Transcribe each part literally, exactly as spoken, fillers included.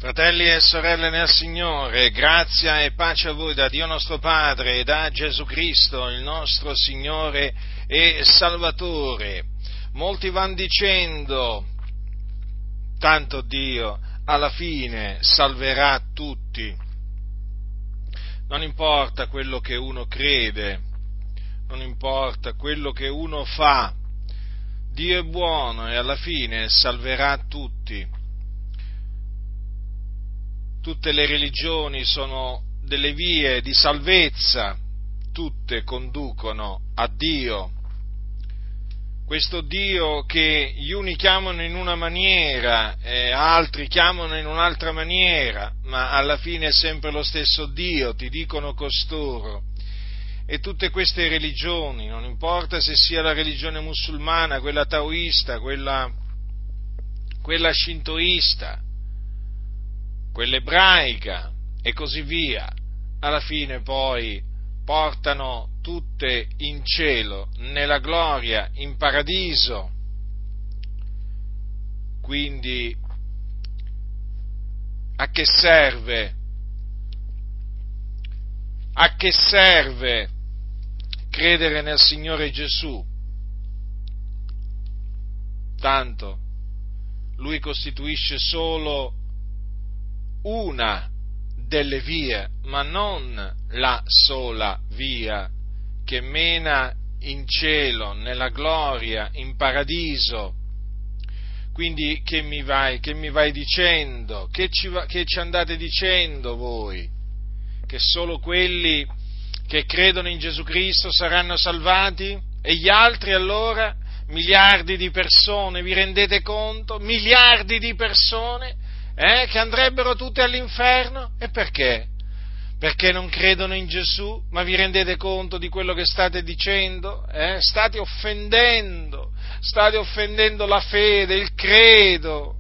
Fratelli e sorelle nel Signore, grazia e pace a voi da Dio nostro Padre e da Gesù Cristo, il nostro Signore e Salvatore. Molti vanno dicendo, tanto Dio alla fine salverà tutti. Non importa quello che uno crede, non importa quello che uno fa, Dio è buono e alla fine salverà tutti. Tutte le religioni sono delle vie di salvezza, tutte conducono a Dio. Questo Dio che gli uni chiamano in una maniera e altri chiamano in un'altra maniera, ma alla fine è sempre lo stesso Dio, ti dicono costoro. E tutte queste religioni, non importa se sia la religione musulmana, quella taoista, quella, quella shintoista, quella ebraica e così via, alla fine poi portano tutte in cielo, nella gloria, in paradiso. Quindi a che serve? A che serve credere nel Signore Gesù? Tanto Lui costituisce solo una delle vie, ma non la sola via che mena in cielo, nella gloria, in paradiso. Quindi che mi vai, che mi vai dicendo? Che ci, che ci andate dicendo voi? Che solo quelli che credono in Gesù Cristo saranno salvati? E gli altri allora? Miliardi di persone, vi rendete conto? Miliardi di persone? Eh, che andrebbero tutte all'inferno? E perché? Perché non credono in Gesù? Ma vi rendete conto di quello che state dicendo? Eh? State offendendo, state offendendo la fede, il credo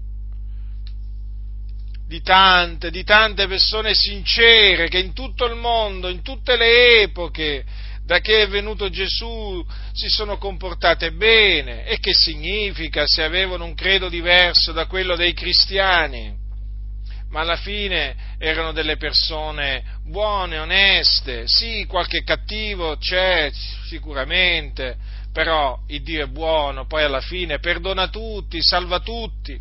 di tante, di tante persone sincere che in tutto il mondo, in tutte le epoche, da che è venuto Gesù, si sono comportate bene. E che significa se avevano un credo diverso da quello dei cristiani? Ma alla fine erano delle persone buone, oneste, sì, qualche cattivo c'è sicuramente, però il Dio è buono, poi alla fine perdona tutti, salva tutti.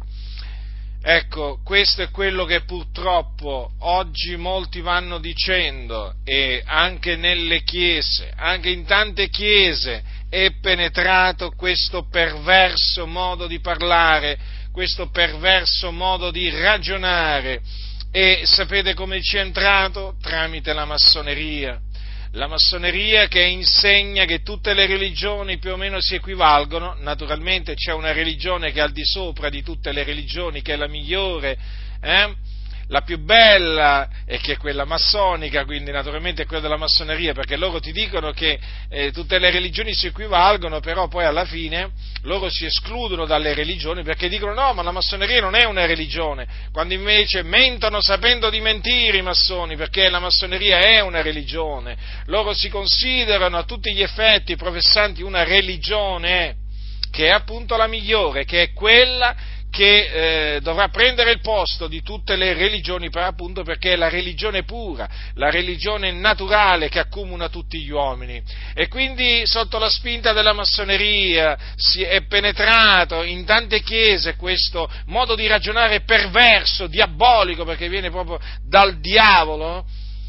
Ecco, questo è quello che purtroppo oggi molti vanno dicendo, e anche nelle chiese, anche in tante chiese è penetrato questo perverso modo di parlare, questo perverso modo di ragionare. E sapete come ci è entrato? Tramite la massoneria. La massoneria che insegna che tutte le religioni più o meno si equivalgono. Naturalmente c'è una religione che è al di sopra di tutte le religioni, che è la migliore, eh? la più bella, e che è quella massonica, quindi naturalmente è quella della massoneria, perché loro ti dicono che eh, tutte le religioni si equivalgono, però poi alla fine loro si escludono dalle religioni perché dicono no, ma la massoneria non è una religione, quando invece mentono sapendo di mentire i massoni, perché la massoneria è una religione. Loro si considerano a tutti gli effetti professanti una religione che è appunto la migliore, che è quella che eh, dovrà prendere il posto di tutte le religioni, per appunto perché è la religione pura, la religione naturale che accomuna tutti gli uomini. E quindi sotto la spinta della massoneria si è penetrato in tante chiese questo modo di ragionare perverso, diabolico, perché viene proprio dal diavolo,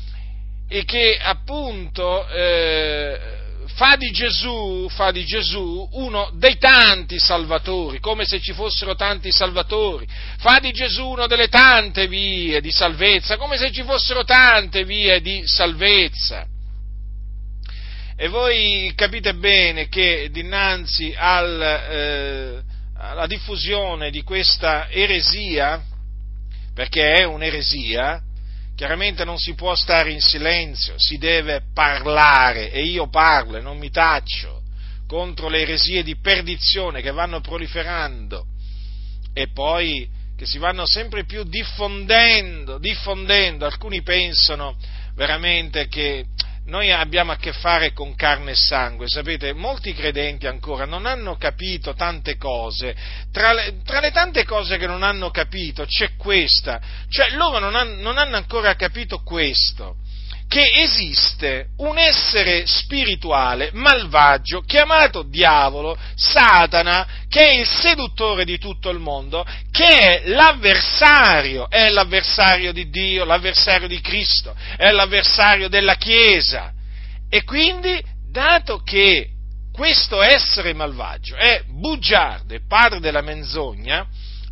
e che appunto eh, Fa di, Gesù, fa di Gesù uno dei tanti salvatori, come se ci fossero tanti salvatori. Fa di Gesù una delle tante vie di salvezza, come se ci fossero tante vie di salvezza. E voi capite bene che dinanzi al, eh, alla diffusione di questa eresia, perché è un'eresia, chiaramente non si può stare in silenzio, si deve parlare, e io parlo e non mi taccio contro le eresie di perdizione che vanno proliferando e poi che si vanno sempre più diffondendo, diffondendo. Alcuni pensano veramente che noi abbiamo a che fare con carne e sangue, sapete, molti credenti ancora non hanno capito tante cose, tra le, tra le tante cose che non hanno capito c'è questa, cioè loro non hanno, non hanno ancora capito questo, che esiste un essere spirituale malvagio chiamato diavolo, Satana, che è il seduttore di tutto il mondo, che è l'avversario, è l'avversario di Dio, l'avversario di Cristo, è l'avversario della Chiesa. E quindi, dato che questo essere malvagio è bugiardo e padre della menzogna,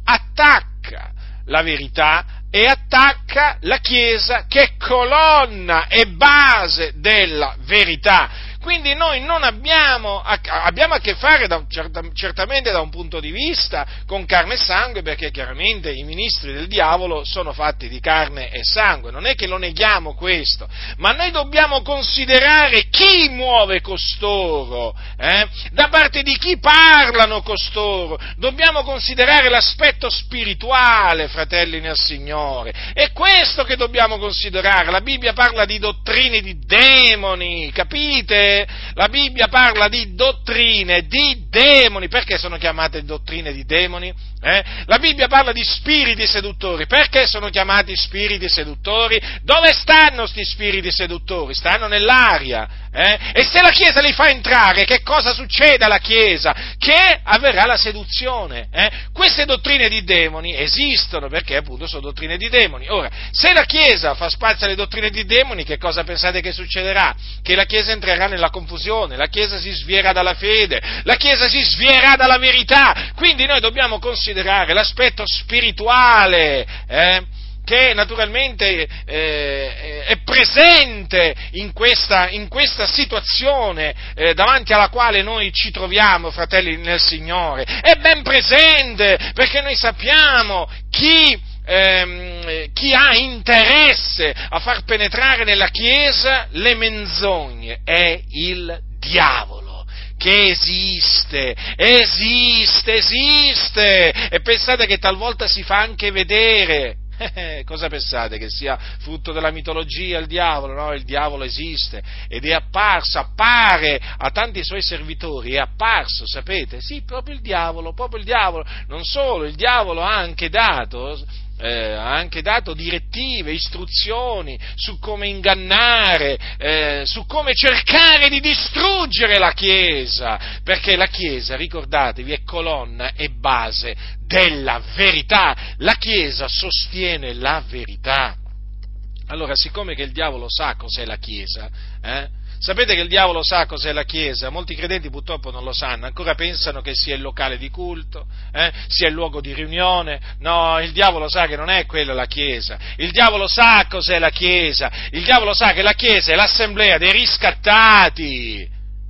attacca la verità e attacca la Chiesa, che è colonna e base della verità. Quindi noi non abbiamo a, abbiamo a che fare da, certamente da un punto di vista con carne e sangue, perché chiaramente i ministri del diavolo sono fatti di carne e sangue, non è che lo neghiamo questo, ma noi dobbiamo considerare chi muove costoro, eh? Da parte di chi parlano costoro, dobbiamo considerare l'aspetto spirituale, fratelli nel Signore, è questo che dobbiamo considerare. La Bibbia parla di dottrine di demoni, capite? La Bibbia parla di dottrine di demoni. Perché sono chiamate dottrine di demoni? Eh? La Bibbia parla di spiriti seduttori. Perché sono chiamati spiriti seduttori? Dove stanno sti spiriti seduttori? Stanno nell'aria. Eh? E se la Chiesa li fa entrare, che cosa succede alla Chiesa? Che avverrà la seduzione. Eh? Queste dottrine di demoni esistono, perché appunto sono dottrine di demoni. Ora, se la Chiesa fa spazio alle dottrine di demoni, che cosa pensate che succederà? Che la Chiesa entrerà nella confusione, la Chiesa si svierà dalla fede, la Chiesa si svierà dalla verità. Quindi noi dobbiamo considerare l'aspetto spirituale, eh, che naturalmente eh, è presente in questa, in questa situazione eh, davanti alla quale noi ci troviamo, fratelli nel Signore. È ben presente, perché noi sappiamo chi Ehm, chi ha interesse a far penetrare nella Chiesa le menzogne è il diavolo, che esiste, esiste, esiste, e pensate che talvolta si fa anche vedere. Cosa pensate? Che sia frutto della mitologia il diavolo? No, il diavolo esiste ed è apparso, appare a tanti suoi servitori, è apparso, sapete? Sì, proprio il diavolo, proprio il diavolo. Non solo, il diavolo ha anche dato Eh, ha anche dato direttive, istruzioni su come ingannare, eh, su come cercare di distruggere la Chiesa, perché la Chiesa, ricordatevi, è colonna e base della verità. La Chiesa sostiene la verità. Allora, siccome che il diavolo sa cos'è la Chiesa, eh, sapete che il diavolo sa cos'è la Chiesa? Molti credenti purtroppo non lo sanno, ancora pensano che sia il locale di culto, eh, sia il luogo di riunione. No, il diavolo sa che non è quella la Chiesa, il diavolo sa cos'è la Chiesa, il diavolo sa che la Chiesa è l'assemblea dei riscattati.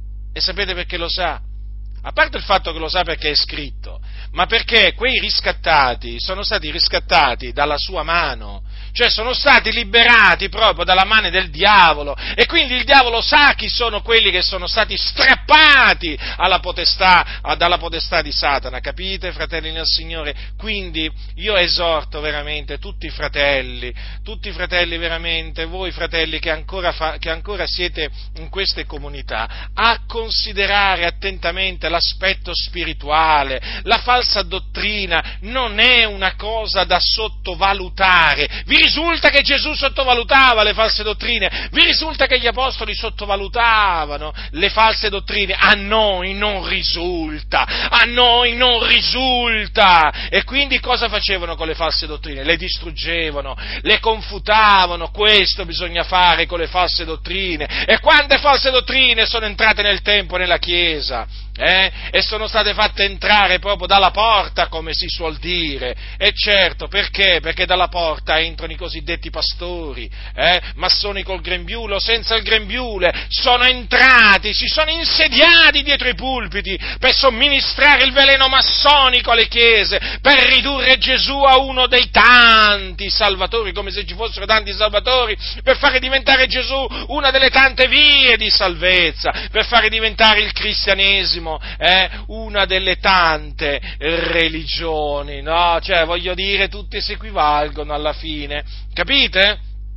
E sapete perché lo sa? A parte il fatto che lo sa perché è scritto, ma perché quei riscattati sono stati riscattati dalla sua mano, cioè sono stati liberati proprio dalla mano del diavolo, e quindi il diavolo sa chi sono quelli che sono stati strappati alla potestà, dalla potestà di Satana, capite, fratelli nel Signore? Quindi io esorto veramente tutti i fratelli, tutti i fratelli veramente, voi fratelli che ancora, fa, che ancora siete in queste comunità, a considerare attentamente l'aspetto spirituale. La falsa dottrina non è una cosa da sottovalutare. Vi risulta che Gesù sottovalutava le false dottrine? Vi risulta che gli apostoli sottovalutavano le false dottrine? A noi non risulta, a noi non risulta. E quindi cosa facevano con le false dottrine? Le distruggevano, le confutavano. Questo bisogna fare con le false dottrine. E quante false dottrine sono entrate nel tempo nella Chiesa? Eh? E sono state fatte entrare proprio dalla porta, come si suol dire. E certo, perché? Perché dalla porta entrano i cosiddetti pastori, eh? massoni col grembiule o senza il grembiule, sono entrati, si sono insediati dietro i pulpiti per somministrare il veleno massonico alle chiese, per ridurre Gesù a uno dei tanti salvatori, come se ci fossero tanti salvatori, per fare diventare Gesù una delle tante vie di salvezza, per fare diventare il cristianesimo Eh, una delle tante religioni, no? Cioè, voglio dire, tutte si equivalgono alla fine, capite?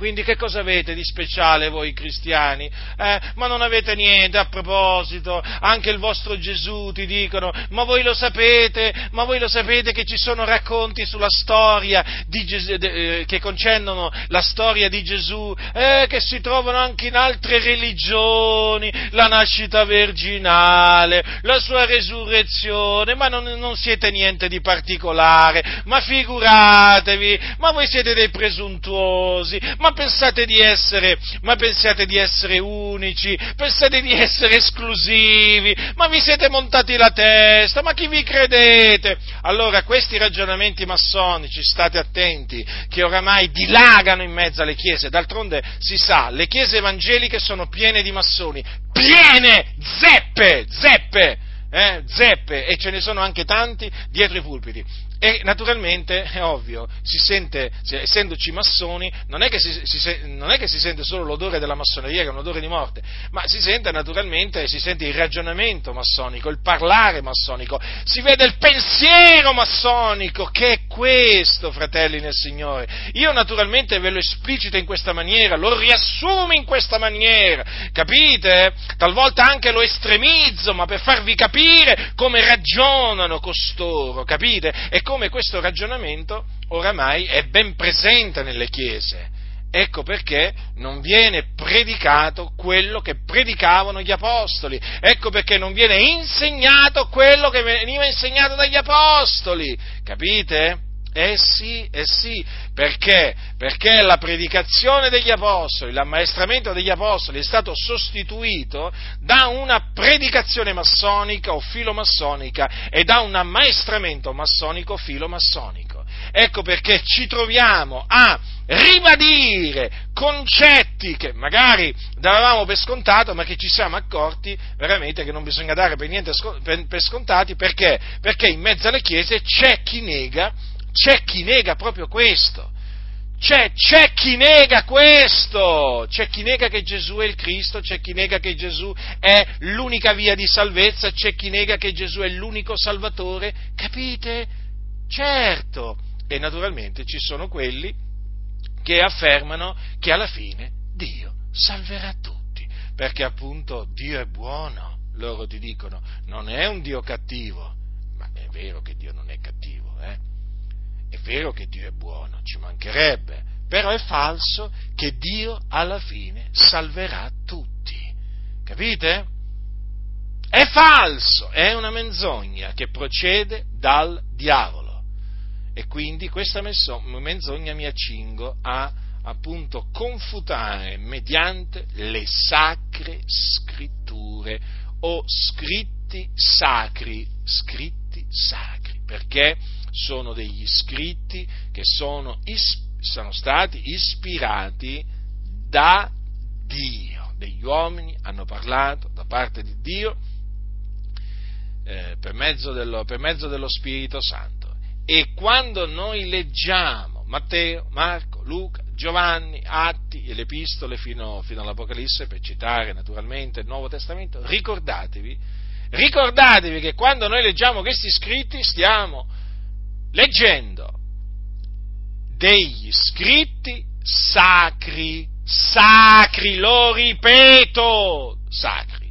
quindi che cosa avete di speciale voi cristiani? Eh, ma non avete niente, a proposito, anche il vostro Gesù ti dicono, ma voi lo sapete, ma voi lo sapete che ci sono racconti sulla storia di Gesù, eh, che concernono la storia di Gesù, eh, che si trovano anche in altre religioni, la nascita virginale, la sua resurrezione, ma non, non siete niente di particolare, ma figuratevi, ma voi siete dei presuntuosi, ma pensate di essere, ma pensate di essere unici, pensate di essere esclusivi, ma vi siete montati la testa, ma chi vi credete? Allora, questi ragionamenti massonici, state attenti, che oramai dilagano in mezzo alle chiese, d'altronde si sa, le chiese evangeliche sono piene di massoni, piene, zeppe, zeppe, eh, zeppe, e ce ne sono anche tanti dietro i pulpiti. E naturalmente, è ovvio, si sente, essendoci massoni, non è, che si, si, non è che si sente solo l'odore della massoneria, che è un odore di morte, ma si sente naturalmente, si sente il ragionamento massonico, il parlare massonico, si vede il pensiero massonico, che è questo, fratelli nel Signore. Io naturalmente ve lo esplicito in questa maniera, lo riassumo in questa maniera, capite? Talvolta anche lo estremizzo, ma per farvi capire come ragionano costoro, capite? E come questo ragionamento oramai è ben presente nelle chiese. Ecco perché non viene predicato quello che predicavano gli apostoli, ecco perché non viene insegnato quello che veniva insegnato dagli apostoli, capite? Eh sì, eh sì, perché? Perché la predicazione degli apostoli, l'ammaestramento degli apostoli è stato sostituito da una predicazione massonica o filomassonica e da un ammaestramento massonico o filomassonico. Ecco perché ci troviamo a ribadire concetti che magari davamo per scontato, ma che ci siamo accorti veramente che non bisogna dare per niente per scontati, perché? Perché in mezzo alle chiese c'è chi nega C'è chi nega proprio questo, c'è, c'è chi nega questo, c'è chi nega che Gesù è il Cristo, c'è chi nega che Gesù è l'unica via di salvezza, c'è chi nega che Gesù è l'unico Salvatore, capite? Certo, e naturalmente ci sono quelli che affermano che alla fine Dio salverà tutti, perché appunto Dio è buono, loro ti dicono, non è un Dio cattivo, ma è vero che Dio non è cattivo, eh? È vero che Dio è buono, ci mancherebbe, però è falso che Dio alla fine salverà tutti, capite? È falso, è una menzogna che procede dal diavolo e quindi questa menzogna mi accingo a appunto confutare mediante le sacre scritture o scritti sacri, scritti sacri, perché sono degli scritti che sono, sono stati ispirati da Dio, degli uomini hanno parlato da parte di Dio eh, per, mezzo dello, per mezzo dello Spirito Santo. E quando noi leggiamo Matteo, Marco, Luca, Giovanni, Atti e le epistole fino, fino all'Apocalisse, per citare naturalmente il Nuovo Testamento, ricordatevi, ricordatevi che quando noi leggiamo questi scritti stiamo leggendo degli scritti sacri, sacri, lo ripeto, sacri.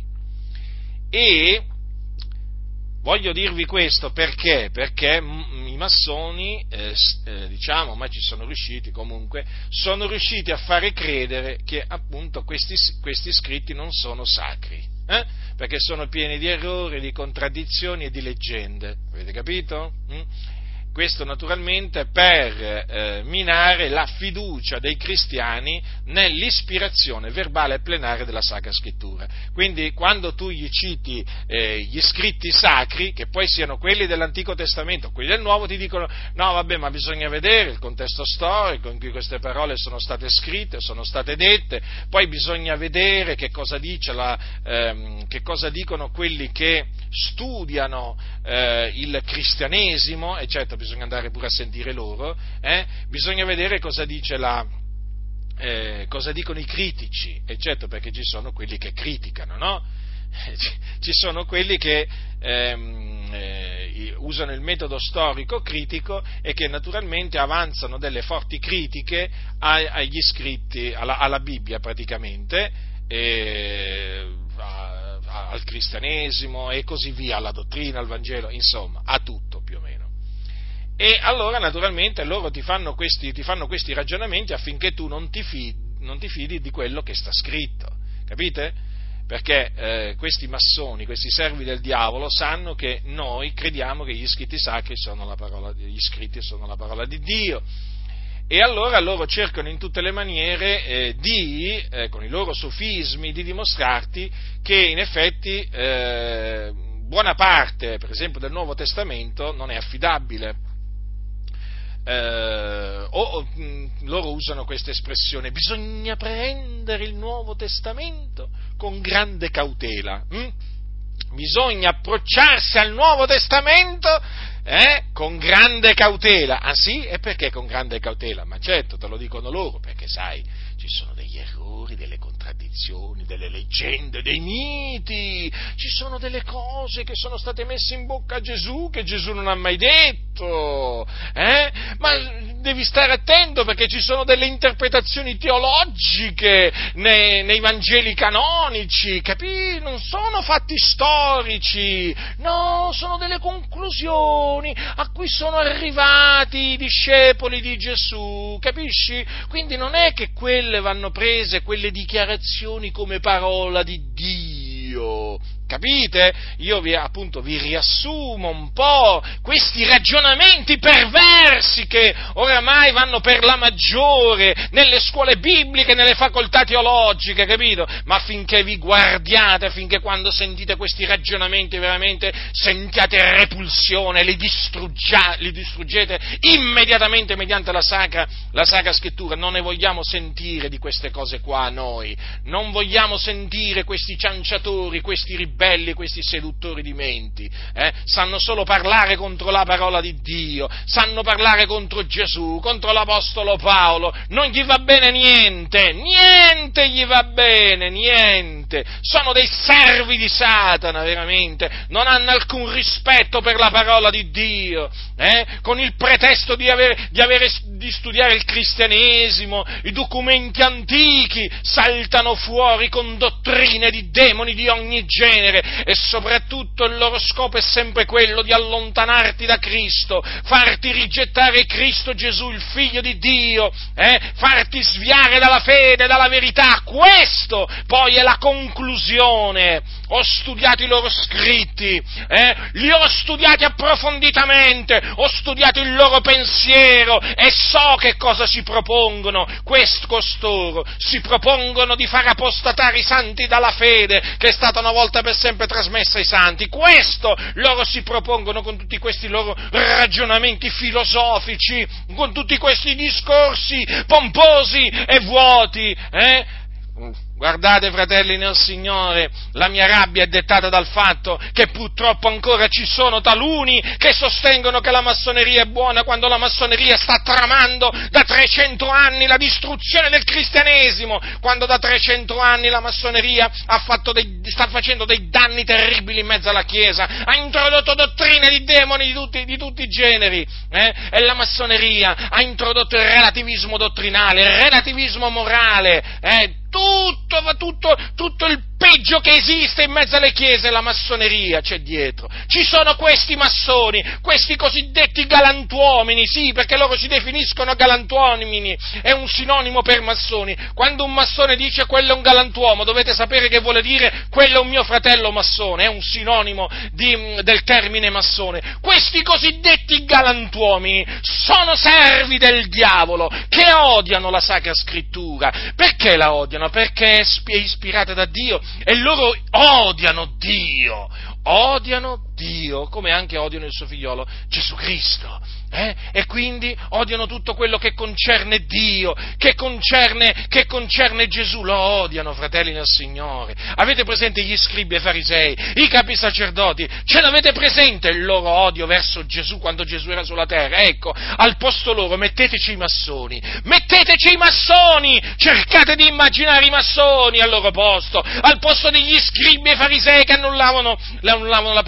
E voglio dirvi questo perché? Perché i massoni, eh, eh, diciamo, ma ci sono riusciti comunque, sono riusciti a fare credere che appunto questi, questi scritti non sono sacri, eh? Perché sono pieni di errori, di contraddizioni e di leggende, avete capito? Mm? Questo naturalmente per eh, minare la fiducia dei cristiani nell'ispirazione verbale e plenaria della Sacra Scrittura. Quindi quando tu gli citi eh, gli scritti sacri, che poi siano quelli dell'Antico Testamento o quelli del Nuovo, ti dicono no vabbè, ma bisogna vedere il contesto storico in cui queste parole sono state scritte, sono state dette, poi bisogna vedere che cosa dice la, ehm, che cosa dicono quelli che studiano eh, il cristianesimo, eccetera. Bisogna andare pure a sentire loro, eh? Bisogna vedere cosa dice la, eh, cosa dicono i critici, eccetera, perché ci sono quelli che criticano, no? Ci sono quelli che ehm, eh, usano il metodo storico critico e che naturalmente avanzano delle forti critiche ai, agli scritti, alla, alla Bibbia praticamente, e, a, a, al cristianesimo e così via, alla dottrina, al Vangelo, insomma, a tutto più o meno. E allora naturalmente loro ti fanno questi, ti fanno questi ragionamenti affinché tu non ti fidi, non ti fidi di quello che sta scritto, capite? Perché eh, questi massoni, questi servi del diavolo, sanno che noi crediamo che gli scritti sacri sono la parola, gli scritti sono la parola di Dio, e allora loro cercano in tutte le maniere eh, di, eh, con i loro sofismi, di dimostrarti che in effetti eh, buona parte, per esempio, del Nuovo Testamento non è affidabile. Eh, o mh, loro usano questa espressione: bisogna prendere il Nuovo Testamento con grande cautela, hm? Bisogna approcciarsi al Nuovo Testamento eh, con grande cautela. Ah sì? E perché con grande cautela? Ma certo, te lo dicono loro, perché sai, ci sono degli errori, delle contraddizioni, delle leggende, dei miti, ci sono delle cose che sono state messe in bocca a Gesù che Gesù non ha mai detto, eh? Ma devi stare attento perché ci sono delle interpretazioni teologiche nei, nei Vangeli canonici, capì? Non sono fatti storici, no, sono delle conclusioni a cui sono arrivati i discepoli di Gesù, capisci? Quindi non è che quelle vanno prese, quelle dichiarazioni, come parola di Dio, capite? Io vi, appunto vi riassumo un po' questi ragionamenti perversi che oramai vanno per la maggiore nelle scuole bibliche, nelle facoltà teologiche, capito? Ma affinché vi guardiate, affinché quando sentite questi ragionamenti veramente sentiate repulsione, li, li distruggete immediatamente mediante la sacra, la sacra scrittura. Non ne vogliamo sentire di queste cose qua noi, non vogliamo sentire questi cianciatori, questi ribelli, belli questi seduttori di menti, eh? Sanno solo parlare contro la parola di Dio, sanno parlare contro Gesù, contro l'Apostolo Paolo, non gli va bene niente, niente gli va bene, niente, sono dei servi di Satana, veramente, non hanno alcun rispetto per la parola di Dio, eh? Con il pretesto di avere, di avere, di studiare il cristianesimo, i documenti antichi, saltano fuori con dottrine di demoni di ogni genere, e soprattutto il loro scopo è sempre quello di allontanarti da Cristo, farti rigettare Cristo Gesù, il Figlio di Dio, eh? Farti sviare dalla fede, dalla verità. Questo poi è la conclusione. Ho studiato i loro scritti, eh? Li ho studiati approfonditamente, ho studiato il loro pensiero e so che cosa si propongono. Quest, costoro si propongono di far apostatare i santi dalla fede che è stata una volta per sempre trasmessa ai santi. Questo loro si propongono con tutti questi loro ragionamenti filosofici, con tutti questi discorsi pomposi e vuoti, eh? Guardate, fratelli nel Signore, la mia rabbia è dettata dal fatto che purtroppo ancora ci sono taluni che sostengono che la massoneria è buona quando la massoneria sta tramando da trecento anni la distruzione del cristianesimo, quando da trecento anni la massoneria ha fatto dei, sta facendo dei danni terribili in mezzo alla Chiesa, ha introdotto dottrine di demoni di tutti, di tutti i generi, eh? E la massoneria ha introdotto il relativismo dottrinale, il relativismo morale, eh? Tutto, tutto, tutto il peggio che esiste in mezzo alle chiese, la massoneria c'è dietro. Ci sono questi massoni, questi cosiddetti galantuomini, sì, perché loro si definiscono galantuomini, è un sinonimo per massoni. Quando un massone dice quello è un galantuomo, dovete sapere che vuole dire quello è un mio fratello massone, è un sinonimo di, del termine massone. Questi cosiddetti galantuomini sono servi del diavolo, che odiano la Sacra Scrittura. Perché la odiano? Perché è ispirata da Dio e loro odiano Dio, odiano Dio, come anche odiano il suo figliolo Gesù Cristo, eh? E quindi odiano tutto quello che concerne Dio, che concerne, che concerne Gesù, lo odiano, fratelli nel Signore. Avete presente gli scribi e farisei, i capi sacerdoti, ce l'avete presente il loro odio verso Gesù quando Gesù era sulla terra? Ecco, al posto loro metteteci i massoni, metteteci i massoni, cercate di immaginare i massoni al loro posto, al posto degli scribi e farisei che annullavano, annullavano la parola di Dio,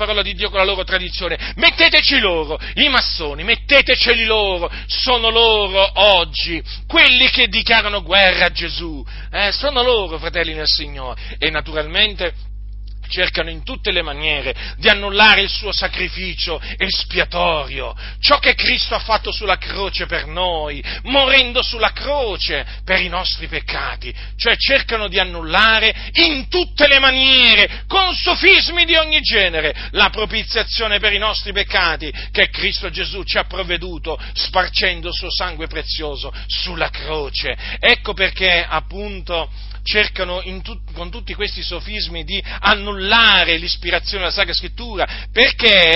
Dio con la loro tradizione, metteteci loro, i massoni, metteteceli loro, sono loro oggi, quelli che dichiarano guerra a Gesù, eh, sono loro, fratelli nel Signore, e naturalmente cercano in tutte le maniere di annullare il suo sacrificio espiatorio, ciò che Cristo ha fatto sulla croce per noi, morendo sulla croce per i nostri peccati, cioè cercano di annullare in tutte le maniere, con sofismi di ogni genere, la propiziazione per i nostri peccati che Cristo Gesù ci ha provveduto sparcendo il suo sangue prezioso sulla croce. Ecco perché appunto cercano in tu- con tutti questi sofismi di annullare l'ispirazione della Sacra Scrittura, perché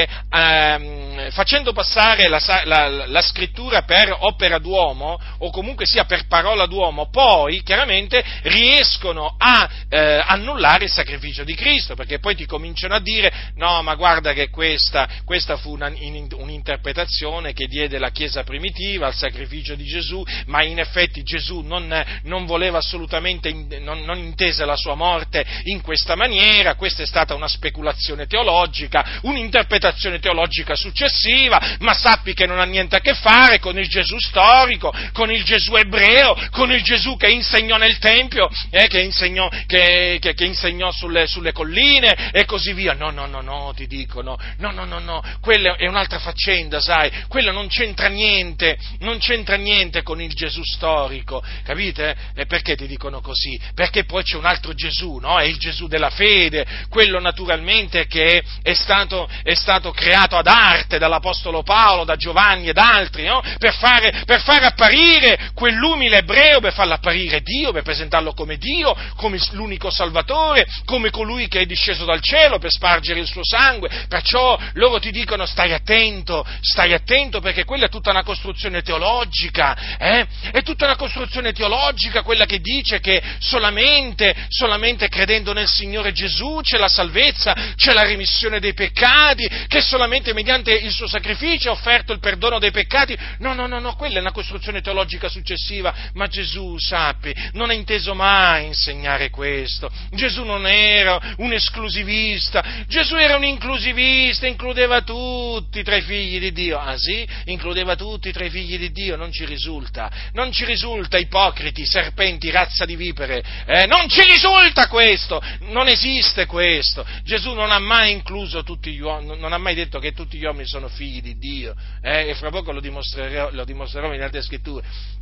ehm, facendo passare la, la, la Scrittura per opera d'uomo, o comunque sia per parola d'uomo, poi chiaramente riescono a eh, annullare il sacrificio di Cristo, perché poi ti cominciano a dire, no, ma guarda che questa, questa fu una, in, un'interpretazione che diede la Chiesa primitiva al sacrificio di Gesù, ma in effetti Gesù non, non voleva assolutamente in, Non, non intese la sua morte in questa maniera, questa è stata una speculazione teologica, un'interpretazione teologica successiva, ma sappi che non ha niente a che fare con il Gesù storico, con il Gesù ebreo, con il Gesù che insegnò nel Tempio, eh, che insegnò, che, che, che insegnò sulle, sulle colline e così via. No, no, no, no, ti dicono, no, no, no, no, quella è un'altra faccenda, sai, quella non c'entra niente, non c'entra niente con il Gesù storico, capite? E perché ti dicono così? Perché poi c'è un altro Gesù, no? È il Gesù della fede, quello naturalmente che è stato, è stato creato ad arte dall'Apostolo Paolo, da Giovanni ed altri, no? Per fare, per fare apparire quell'umile ebreo, per farlo apparire Dio, per presentarlo come Dio, come l'unico Salvatore, come colui che è disceso dal cielo per spargere il suo sangue. Perciò loro ti dicono stai attento, stai attento perché quella è tutta una costruzione teologica, eh? È tutta una costruzione teologica quella che dice che solamente, solamente credendo nel Signore Gesù c'è la salvezza, c'è la remissione dei peccati, che solamente mediante il suo sacrificio ha offerto il perdono dei peccati. No, no, no, no, quella è una costruzione teologica successiva, ma Gesù, sappi, non ha inteso mai insegnare questo. Gesù non era un esclusivista, Gesù era un inclusivista, includeva tutti tra i figli di Dio. Ah sì? Includeva tutti tra i figli di Dio? Non ci risulta, non ci risulta, ipocriti, serpenti, razza di vipere. Eh, non ci risulta questo, non esiste questo. Gesù non ha mai incluso tutti gli uomini, non ha mai detto che tutti gli uomini sono figli di Dio, eh, e fra poco lo dimostrerò, lo dimostrerò in altre scritture.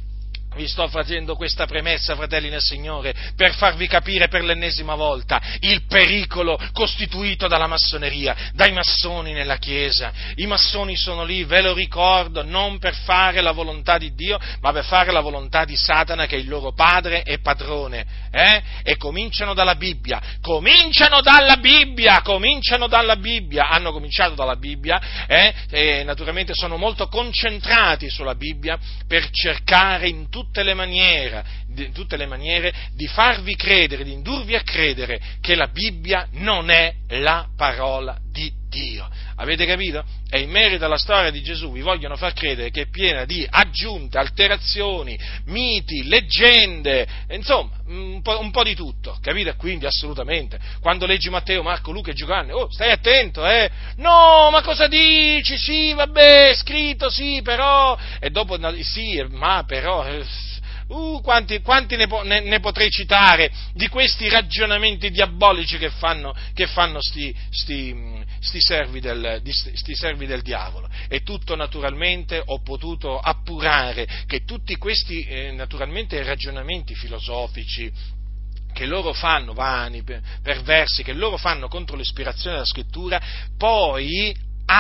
Vi sto facendo questa premessa, fratelli nel Signore, per farvi capire per l'ennesima volta il pericolo costituito dalla massoneria, dai massoni nella Chiesa. I massoni sono lì, ve lo ricordo, non per fare la volontà di Dio, ma per fare la volontà di Satana, che è il loro padre e padrone. Eh? E cominciano dalla Bibbia, cominciano dalla Bibbia, cominciano dalla Bibbia, hanno cominciato dalla Bibbia, eh? E naturalmente sono molto concentrati sulla Bibbia per cercare in tutti tutte le maniere, in tutte le maniere di farvi credere, di indurvi a credere che la Bibbia non è la parola di Dio. Avete capito? E in merito alla storia di Gesù vi vogliono far credere che è piena di aggiunte, alterazioni, miti, leggende, insomma, un po', un po' di tutto, capite? Quindi assolutamente, quando leggi Matteo, Marco, Luca e Giovanni, oh, stai attento, eh? No, ma cosa dici? Sì, vabbè, scritto, sì, però, e dopo, sì, ma però... Uh, quanti, quanti ne, po- ne, ne potrei citare di questi ragionamenti diabolici che fanno, che fanno sti, sti, sti, servi del, sti servi del diavolo. E tutto naturalmente ho potuto appurare che tutti questi eh, naturalmente ragionamenti filosofici che loro fanno, vani, perversi, che loro fanno contro l'ispirazione della Scrittura, poi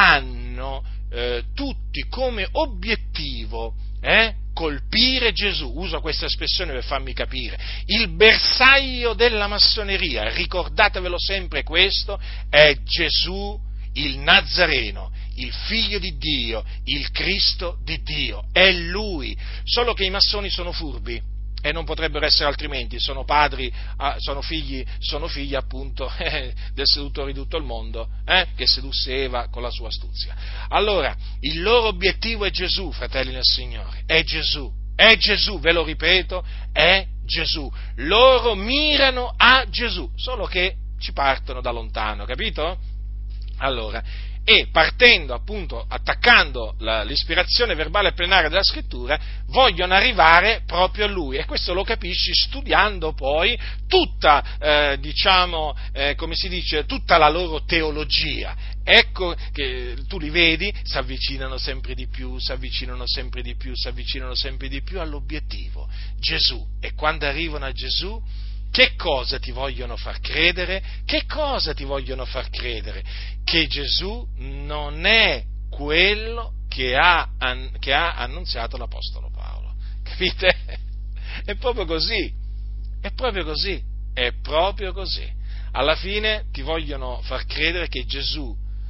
hanno eh, tutti come obiettivo eh, colpire Gesù. Uso questa espressione per farmi capire. Il bersaglio della massoneria, ricordatevelo sempre questo, è Gesù il Nazareno, il Figlio di Dio, il Cristo di Dio, è Lui. Solo che i massoni sono furbi. E non potrebbero essere altrimenti, sono padri, sono figli, sono figli appunto eh, del seduttore di tutto il mondo, eh, che sedusse Eva con la sua astuzia. Allora, il loro obiettivo è Gesù, fratelli nel Signore, è Gesù, è Gesù, ve lo ripeto, è Gesù. Loro mirano a Gesù, solo che ci partono da lontano, capito? Allora, e partendo appunto, attaccando la, l'ispirazione verbale plenaria della Scrittura, vogliono arrivare proprio a Lui, e questo lo capisci studiando poi tutta, eh, diciamo, eh, come si dice, tutta la loro teologia. Ecco che tu li vedi, si avvicinano sempre di più, si avvicinano sempre di più, si avvicinano sempre di più all'obiettivo, Gesù. E quando arrivano a Gesù, che cosa ti vogliono far credere? Che cosa ti vogliono far credere? Che Gesù non è quello che ha, che ha annunziato l'Apostolo Paolo. Capite? È proprio così, è proprio così, è proprio così. Alla fine ti vogliono far credere che Gesù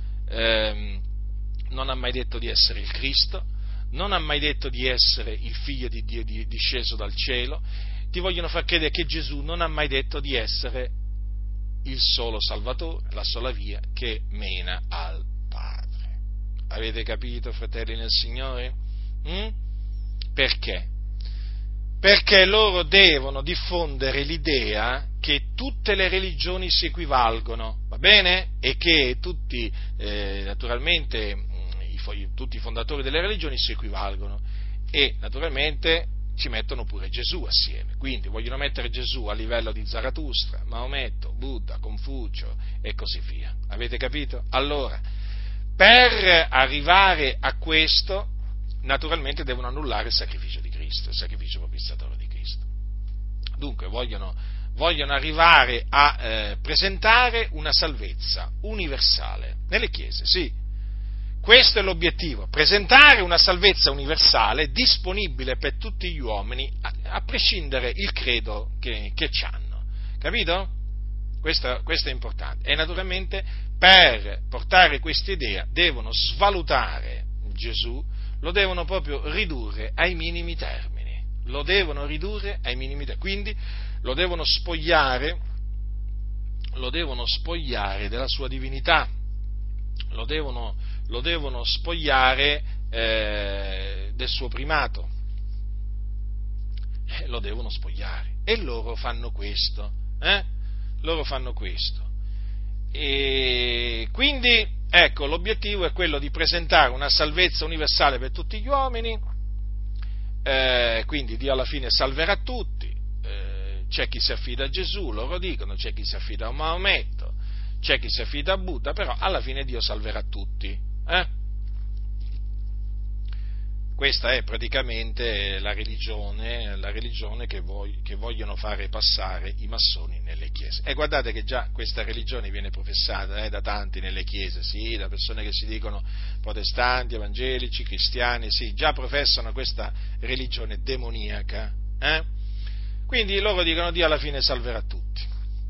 ehm, non ha mai detto di essere il Cristo, non ha mai detto di essere il Figlio di Dio disceso dal cielo. Ti vogliono far credere che Gesù non ha mai detto di essere il solo Salvatore, la sola via che mena al Padre. Avete capito, fratelli nel Signore? Mm? Perché? Perché loro devono diffondere l'idea che tutte le religioni si equivalgono, va bene? E che tutti, eh, naturalmente, i, tutti i fondatori delle religioni si equivalgono, e naturalmente ci mettono pure Gesù assieme, quindi vogliono mettere Gesù a livello di Zarathustra, Maometto, Buddha, Confucio e così via. Avete capito? Allora, per arrivare a questo, naturalmente devono annullare il sacrificio di Cristo, il sacrificio propiziatorio di Cristo. Dunque vogliono, vogliono arrivare a eh, presentare una salvezza universale nelle chiese, sì. Questo è l'obiettivo, presentare una salvezza universale disponibile per tutti gli uomini, a, a prescindere il credo che, che hanno. Capito? Questo, questo è importante. E naturalmente per portare questa idea devono svalutare Gesù, lo devono proprio ridurre ai minimi termini. Lo devono ridurre ai minimi termini. Quindi lo devono spogliare, lo devono spogliare della sua divinità, lo devono lo devono spogliare eh, del suo primato, eh, lo devono spogliare, e loro fanno questo, eh? loro fanno questo, e quindi ecco, l'obiettivo è quello di presentare una salvezza universale per tutti gli uomini, eh, quindi Dio alla fine salverà tutti, eh, c'è chi si affida a Gesù, loro dicono, c'è chi si affida a Maometto, c'è chi si affida a Buddha, però alla fine Dio salverà tutti. Eh? Questa è praticamente la religione, la religione che, vog- che vogliono fare passare i massoni nelle chiese. E guardate che già questa religione viene professata eh, da tanti nelle chiese, sì, da persone che si dicono protestanti, evangelici, cristiani, sì, già professano questa religione demoniaca. Eh? Quindi loro dicono Dio alla fine salverà tutti.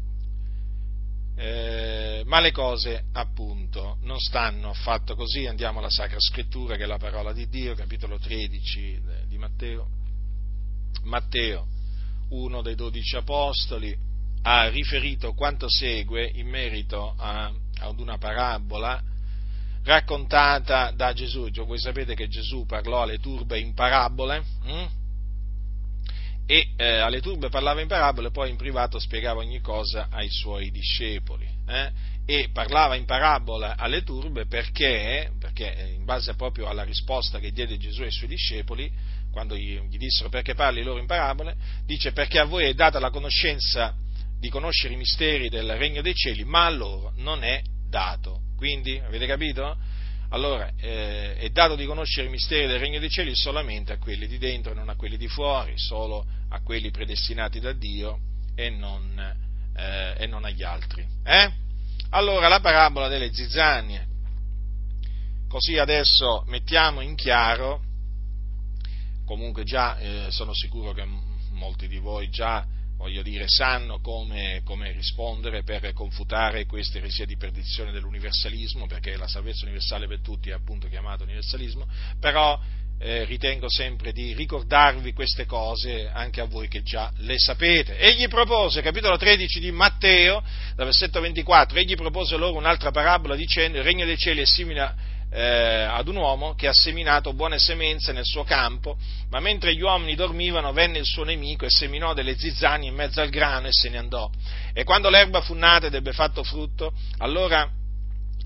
Eh, ma le cose appunto non stanno affatto così. Andiamo alla Sacra Scrittura, che è la parola di Dio, capitolo tredici di Matteo. Matteo, uno dei dodici apostoli, ha riferito quanto segue in merito a, ad una parabola raccontata da Gesù. Voi sapete che Gesù parlò alle turbe in parabole, hm? e eh, alle turbe parlava in parabole, poi in privato spiegava ogni cosa ai suoi discepoli, eh? e parlava in parabola alle turbe perché, perché in base proprio alla risposta che diede Gesù ai suoi discepoli, quando gli, gli dissero perché parli loro in parabole, dice perché a voi è data la conoscenza di conoscere i misteri del regno dei cieli, ma a loro non è dato. Quindi, avete capito? Allora, eh, è dato di conoscere i misteri del regno dei cieli solamente a quelli di dentro e non a quelli di fuori, solo a quelli predestinati da Dio e non, eh, e non agli altri. Eh? Allora, la parabola delle zizzanie. Così adesso mettiamo in chiaro, comunque già eh, sono sicuro che molti di voi già, voglio dire, sanno come, come rispondere per confutare queste eresie di perdizione dell'universalismo, perché la salvezza universale per tutti è appunto chiamata universalismo, però eh, ritengo sempre di ricordarvi queste cose anche a voi che già le sapete. Egli propose, capitolo tredici di Matteo, dal versetto ventiquattro, egli propose loro un'altra parabola dicendo: il regno dei cieli è simile a Eh, ad un uomo che ha seminato buone semenze nel suo campo, ma mentre gli uomini dormivano venne il suo nemico e seminò delle zizzanie in mezzo al grano e se ne andò. E quando l'erba fu nata ed ebbe fatto frutto, allora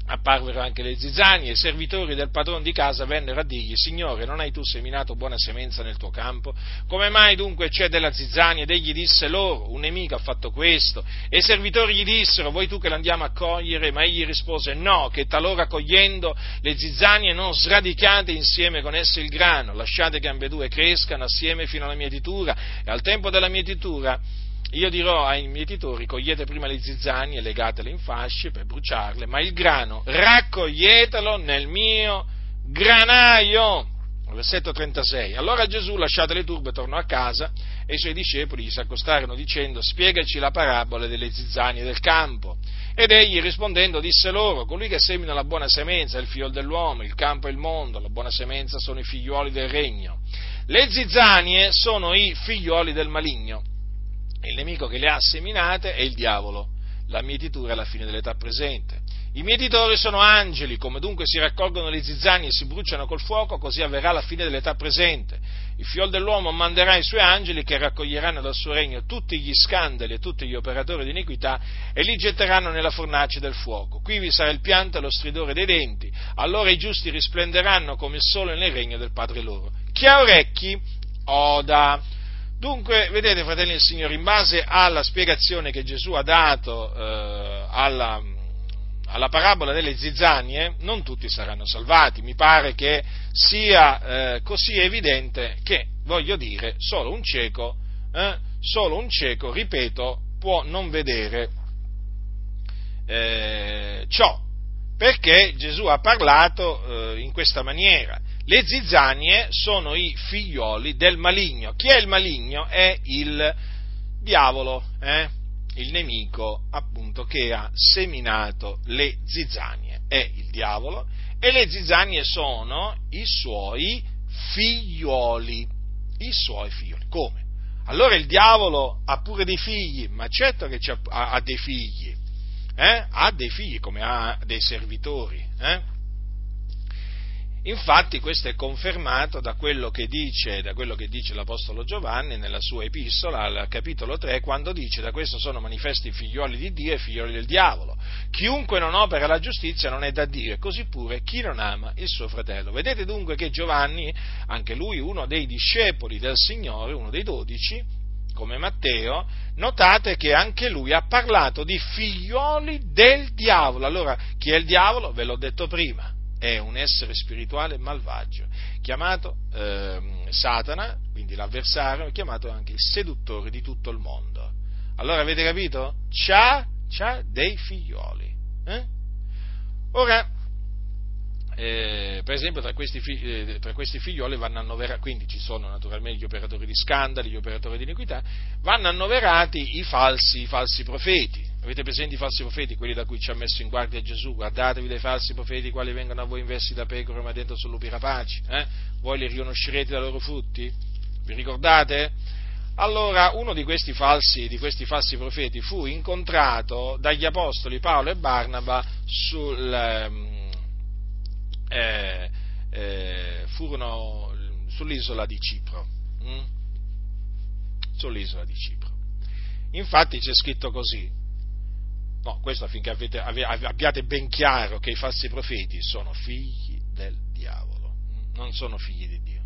apparvero anche le zizzanie, e i servitori del padrone di casa vennero a dirgli: Signore, non hai tu seminato buona semenza nel tuo campo? Come mai dunque c'è della zizzania? Ed egli disse loro: un nemico ha fatto questo. E i servitori gli dissero: vuoi tu che l'andiamo a cogliere? Ma egli rispose: no, che talora cogliendo le zizzanie non sradichiate insieme con esse il grano, lasciate che ambedue crescano assieme fino alla mietitura, e al tempo della mietitura io dirò ai mietitori: cogliete prima le zizzanie e legatele in fasce per bruciarle, ma il grano raccoglietelo nel mio granaio. Versetto trentasei. Allora Gesù, lasciate le turbe, tornò a casa, e i suoi discepoli gli si accostarono dicendo: spiegaci la parabola delle zizzanie del campo. Ed egli rispondendo disse loro: colui che semina la buona semenza è il figlio dell'uomo, il campo è il mondo, la buona semenza sono i figliuoli del regno. Le zizzanie sono i figliuoli del maligno. Il nemico che le ha seminate è il diavolo. La mietitura è la fine dell'età presente. I mietitori sono angeli, come dunque si raccolgono le zizzanie e si bruciano col fuoco, così avverrà la fine dell'età presente. Il figlio dell'uomo manderà i suoi angeli che raccoglieranno dal suo regno tutti gli scandali e tutti gli operatori di iniquità e li getteranno nella fornace del fuoco. Qui vi sarà il pianto e lo stridore dei denti, allora i giusti risplenderanno come il sole nel regno del Padre loro. Chi ha orecchi, oda. Dunque, vedete, fratelli del Signore, in base alla spiegazione che Gesù ha dato eh, alla, alla parabola delle zizzanie, non tutti saranno salvati. Mi pare che sia eh, così evidente che, voglio dire, solo un cieco, eh, solo un cieco, ripeto, può non vedere eh, ciò, perché Gesù ha parlato eh, in questa maniera. Le zizzanie sono i figlioli del maligno. Chi è il maligno? È il diavolo, eh? il nemico appunto che ha seminato le zizzanie. È il diavolo, e le zizzanie sono i suoi figlioli. I suoi figlioli. Come? Allora il diavolo ha pure dei figli? Ma certo che ha, ha dei figli. Eh? Ha dei figli come ha dei servitori. Eh? Infatti questo è confermato da quello che dice, da quello che dice l'Apostolo Giovanni nella sua epistola al capitolo tre, quando dice: da questo sono manifesti i figlioli di Dio e i figlioli del diavolo. Chiunque non opera la giustizia non è da Dio, e così pure chi non ama il suo fratello. Vedete dunque che Giovanni, anche lui uno dei discepoli del Signore, uno dei dodici, come Matteo, notate che anche lui ha parlato di figlioli del diavolo. Allora, chi è il diavolo? Ve l'ho detto prima. È un essere spirituale malvagio, chiamato eh, Satana, quindi l'avversario, chiamato anche il seduttore di tutto il mondo. Allora avete capito? C'ha, c'ha dei figlioli. Eh? Ora, eh, per esempio, tra questi, eh, tra questi figlioli vanno annoverati, quindi ci sono naturalmente gli operatori di scandali, gli operatori di iniquità, vanno annoverati i falsi, i falsi profeti. Avete presenti i falsi profeti, quelli da cui ci ha messo in guardia Gesù? Guardatevi dai falsi profeti, quali vengono a voi in vesti da pecore ma dentro sono lupi rapaci. Eh? Voi li riconoscerete dai loro frutti? Vi ricordate? Allora, uno di questi falsi, di questi falsi profeti fu incontrato dagli apostoli Paolo e Barnaba sul, eh, eh, furono sull'isola di Cipro. Hm? Sull'isola di Cipro. Infatti c'è scritto così. No, questo affinché avete, abbiate ben chiaro che i falsi profeti sono figli del diavolo, non sono figli di Dio.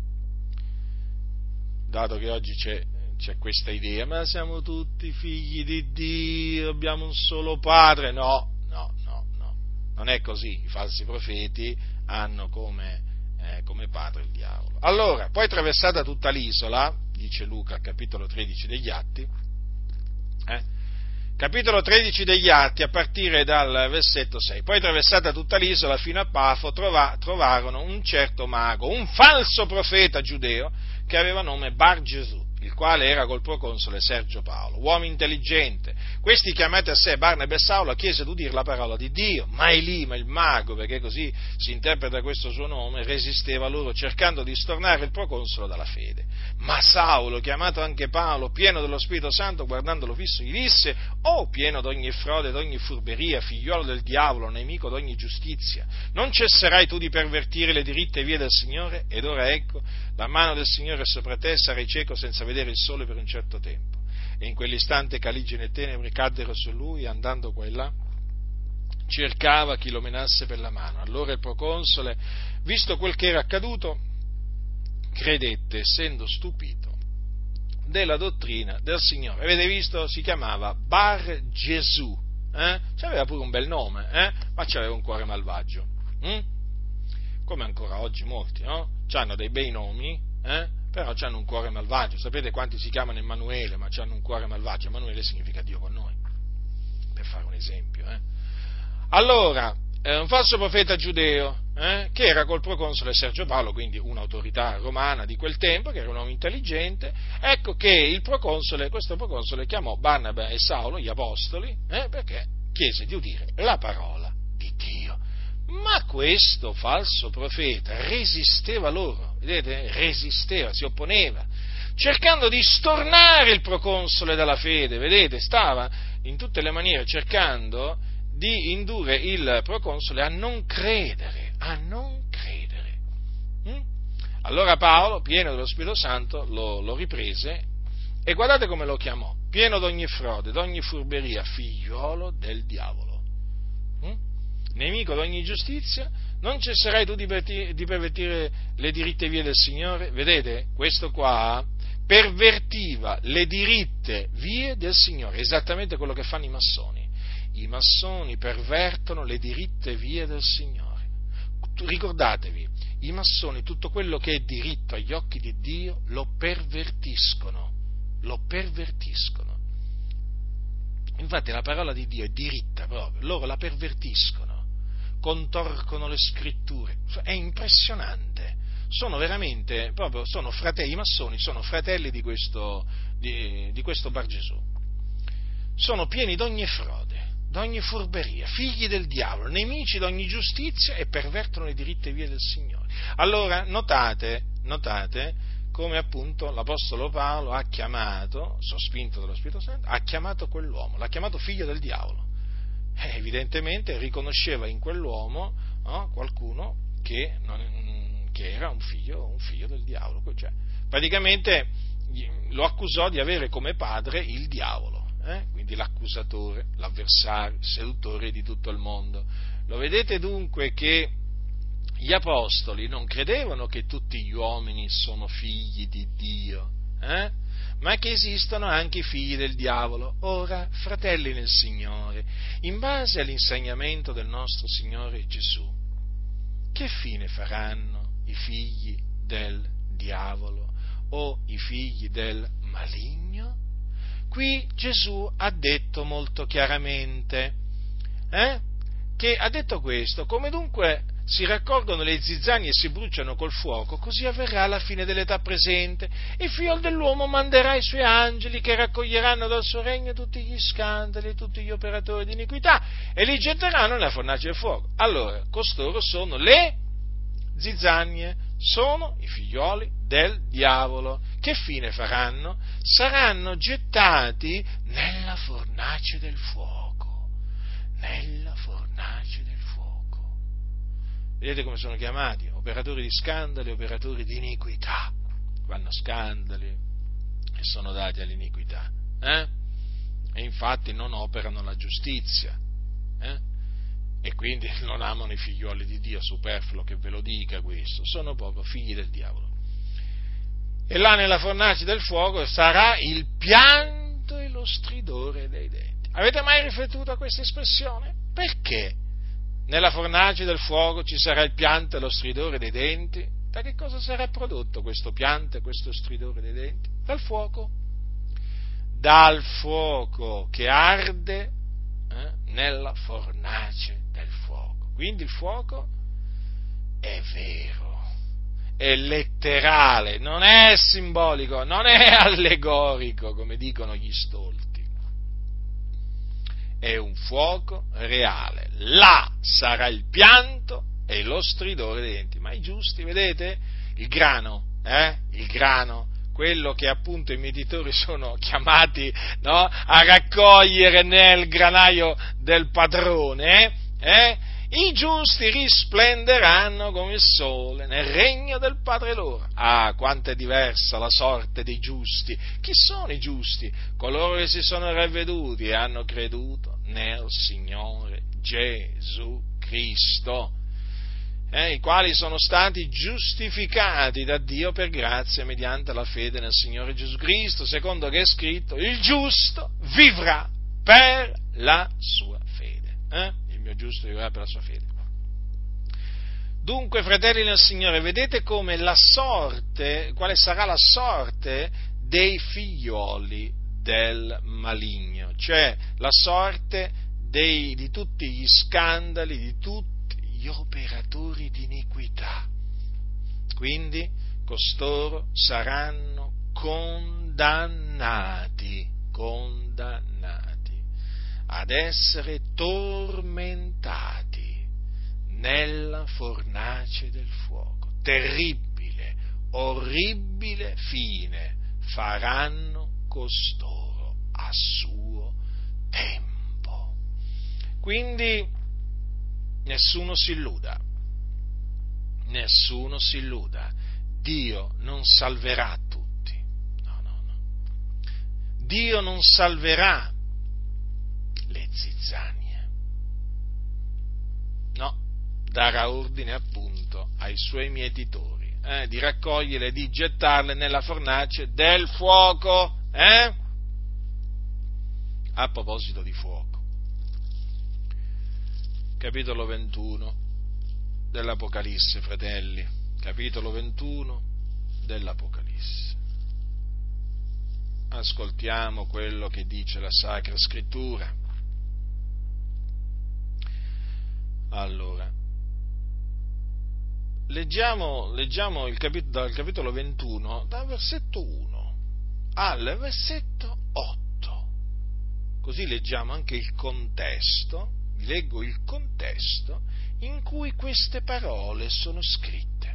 Dato che oggi c'è, c'è questa idea, ma siamo tutti figli di Dio, abbiamo un solo padre, no, no, no, no, non è così. I falsi profeti hanno come, eh, come padre il diavolo. Allora, poi attraversata tutta l'isola, dice Luca, capitolo tredici degli Atti, eh, capitolo tredici degli Atti, a partire dal versetto sei. Poi attraversata tutta l'isola fino a Pafo trova, trovarono un certo mago, un falso profeta giudeo, che aveva nome Bar Gesù, il quale era col proconsole Sergio Paolo, uomo intelligente. Questi, chiamati a sé Barnaba e Saulo, chiese d'udir la parola di Dio, ma Elima, il mago, perché così si interpreta questo suo nome, resisteva loro, cercando di stornare il proconsolo dalla fede. Ma Saulo, chiamato anche Paolo, pieno dello Spirito Santo, guardandolo fisso, gli disse: «Oh, pieno d'ogni frode, d'ogni furberia, figliolo del diavolo, nemico d'ogni giustizia, non cesserai tu di pervertire le diritte vie del Signore? Ed ora ecco, la mano del Signore è sopra te, sarai cieco senza vedere il sole per un certo tempo». E in quell'istante caligine e tenebre caddero su lui, andando qua e là, cercava chi lo menasse per la mano. Allora il proconsole, visto quel che era accaduto, credette, essendo stupito della dottrina del Signore. Avete visto? Si chiamava Bar Gesù, eh? C'aveva pure un bel nome, eh? Ma c'aveva un cuore malvagio, hm? Come ancora oggi molti, no? C'hanno dei bei nomi, eh? Però c'hanno un cuore malvagio. Sapete quanti si chiamano Emanuele, ma c'hanno un cuore malvagio? Emanuele significa Dio con noi, per fare un esempio, eh? Allora, eh, un falso profeta giudeo, eh, che era col proconsole Sergio Paulo, quindi un'autorità romana di quel tempo, che era un uomo intelligente, ecco che il proconsole, questo proconsole chiamò Barnaba e Saulo, gli apostoli, eh, perché chiese di udire la parola di Dio. Ma questo falso profeta resisteva loro, vedete? Resisteva, si opponeva, cercando di stornare il proconsole dalla fede, vedete? Stava in tutte le maniere cercando di indurre il proconsole a non credere, a non credere. Mm? Allora Paolo, pieno dello Spirito Santo, lo, lo riprese e guardate come lo chiamò: pieno d'ogni frode, d'ogni furberia, figliuolo del diavolo. Mm? Nemico d'ogni giustizia, non cesserai tu di, perti, di pervertire le diritte vie del Signore? Vedete? Questo qua pervertiva le diritte vie del Signore, esattamente quello che fanno i massoni. I massoni pervertono le diritte vie del Signore. Ricordatevi, i massoni tutto quello che è diritto agli occhi di Dio lo pervertiscono, lo pervertiscono. Infatti la parola di Dio è diritta proprio, loro la pervertiscono, contorcono le scritture, è impressionante. Sono veramente, proprio, sono fratelli, i massoni sono fratelli di questo, di, di questo Bar Gesù. Sono pieni d'ogni frode, d'ogni furberia, figli del diavolo, nemici d'ogni giustizia e pervertono le diritte vie del Signore. Allora, notate, notate come appunto l'Apostolo Paolo ha chiamato, sospinto dallo Spirito Santo, ha chiamato quell'uomo, l'ha chiamato figlio del diavolo. Eh, evidentemente riconosceva in quell'uomo no, qualcuno che, non, che era un figlio, un figlio del diavolo. Cioè, praticamente lo accusò di avere come padre il diavolo. Eh? Quindi l'accusatore, l'avversario, il seduttore di tutto il mondo. Lo vedete dunque che gli apostoli non credevano che tutti gli uomini sono figli di Dio, eh? ma che esistono anche i figli del diavolo. Ora, fratelli nel Signore, in base all'insegnamento del nostro Signore Gesù, che fine faranno i figli del diavolo o i figli del maligno? Qui Gesù ha detto molto chiaramente, eh, che ha detto questo: come dunque si raccolgono le zizzanie e si bruciano col fuoco, così avverrà alla fine dell'età presente. Il figlio dell'uomo manderà i suoi angeli che raccoglieranno dal suo regno tutti gli scandali e tutti gli operatori di iniquità e li getteranno nella fornace del fuoco. Allora, costoro sono le zizzanie, sono i figlioli del diavolo. Che fine faranno? Saranno gettati nella fornace del fuoco, nella fornace del fuoco. Vedete come sono chiamati? Operatori di scandali, operatori di iniquità. Fanno scandali e sono dati all'iniquità. Eh? E infatti non operano la giustizia. Eh? E quindi non amano i figlioli di Dio, superfluo che ve lo dica questo, sono proprio figli del diavolo. E là nella fornace del fuoco sarà il pianto e lo stridore dei denti. Avete mai riflettuto a questa espressione? Perché nella fornace del fuoco ci sarà il pianto e lo stridore dei denti? Da che cosa sarà prodotto questo pianto e questo stridore dei denti? Dal fuoco. Dal fuoco che arde eh, nella fornace del fuoco. Quindi il fuoco è vero, è letterale, non è simbolico, non è allegorico, come dicono gli stolti. È un fuoco reale. Là sarà il pianto e lo stridore dei denti. Ma i giusti, vedete? Il grano, eh? Il grano, quello che appunto i mietitori sono chiamati, no? a raccogliere nel granaio del padrone, eh? I giusti risplenderanno come il sole nel regno del Padre loro. Ah, quanto è diversa la sorte dei giusti. Chi sono i giusti? Coloro che si sono ravveduti e hanno creduto nel Signore Gesù Cristo, eh, i quali sono stati giustificati da Dio per grazia mediante la fede nel Signore Gesù Cristo, secondo che è scritto: il giusto vivrà per la sua fede. Eh? Il mio giusto vivrà per la sua fede. Dunque, fratelli nel Signore, vedete come la sorte, quale sarà la sorte dei figlioli del maligno, cioè la sorte dei, di tutti gli scandali, di tutti gli operatori di iniquità. Quindi costoro saranno condannati, condannati ad essere tormentati nella fornace del fuoco. Terribile, orribile fine faranno costoro a suo tempo. Quindi nessuno si illuda, nessuno si illuda, Dio non salverà tutti, no, no, no. Dio non salverà le zizzanie, no, darà ordine appunto ai suoi mietitori eh, di raccoglierle e di gettarle nella fornace del fuoco. Eh? A proposito di fuoco, capitolo ventuno dell'Apocalisse, fratelli, capitolo ventuno dell'Apocalisse. Ascoltiamo quello che dice la Sacra Scrittura. Allora, leggiamo, leggiamo il capitolo, dal capitolo ventuno, dal versetto uno al versetto otto. Così leggiamo anche il contesto, vi leggo il contesto in cui queste parole sono scritte.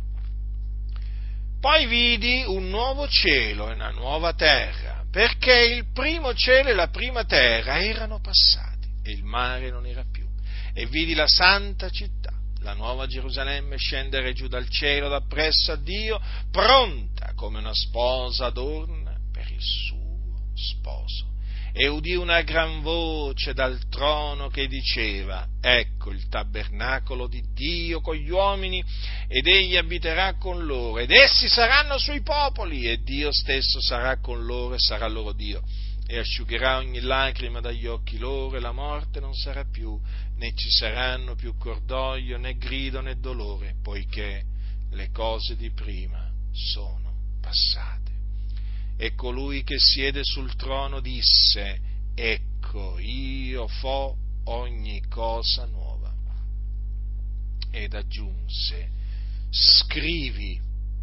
Poi vidi un nuovo cielo e una nuova terra, perché il primo cielo e la prima terra erano passati e il mare non era più. E vidi la santa città, la nuova Gerusalemme, scendere giù dal cielo da presso a Dio, pronta come una sposa adorna per il suo sposo. E udì una gran voce dal trono che diceva: ecco il tabernacolo di Dio con gli uomini, ed egli abiterà con loro, ed essi saranno suoi popoli, e Dio stesso sarà con loro e sarà loro Dio. E asciugherà ogni lacrima dagli occhi loro, e la morte non sarà più, né ci saranno più cordoglio, né grido, né dolore, poiché le cose di prima sono passate. E colui che siede sul trono disse: ecco, io fo ogni cosa nuova. Ed aggiunse: scrivi,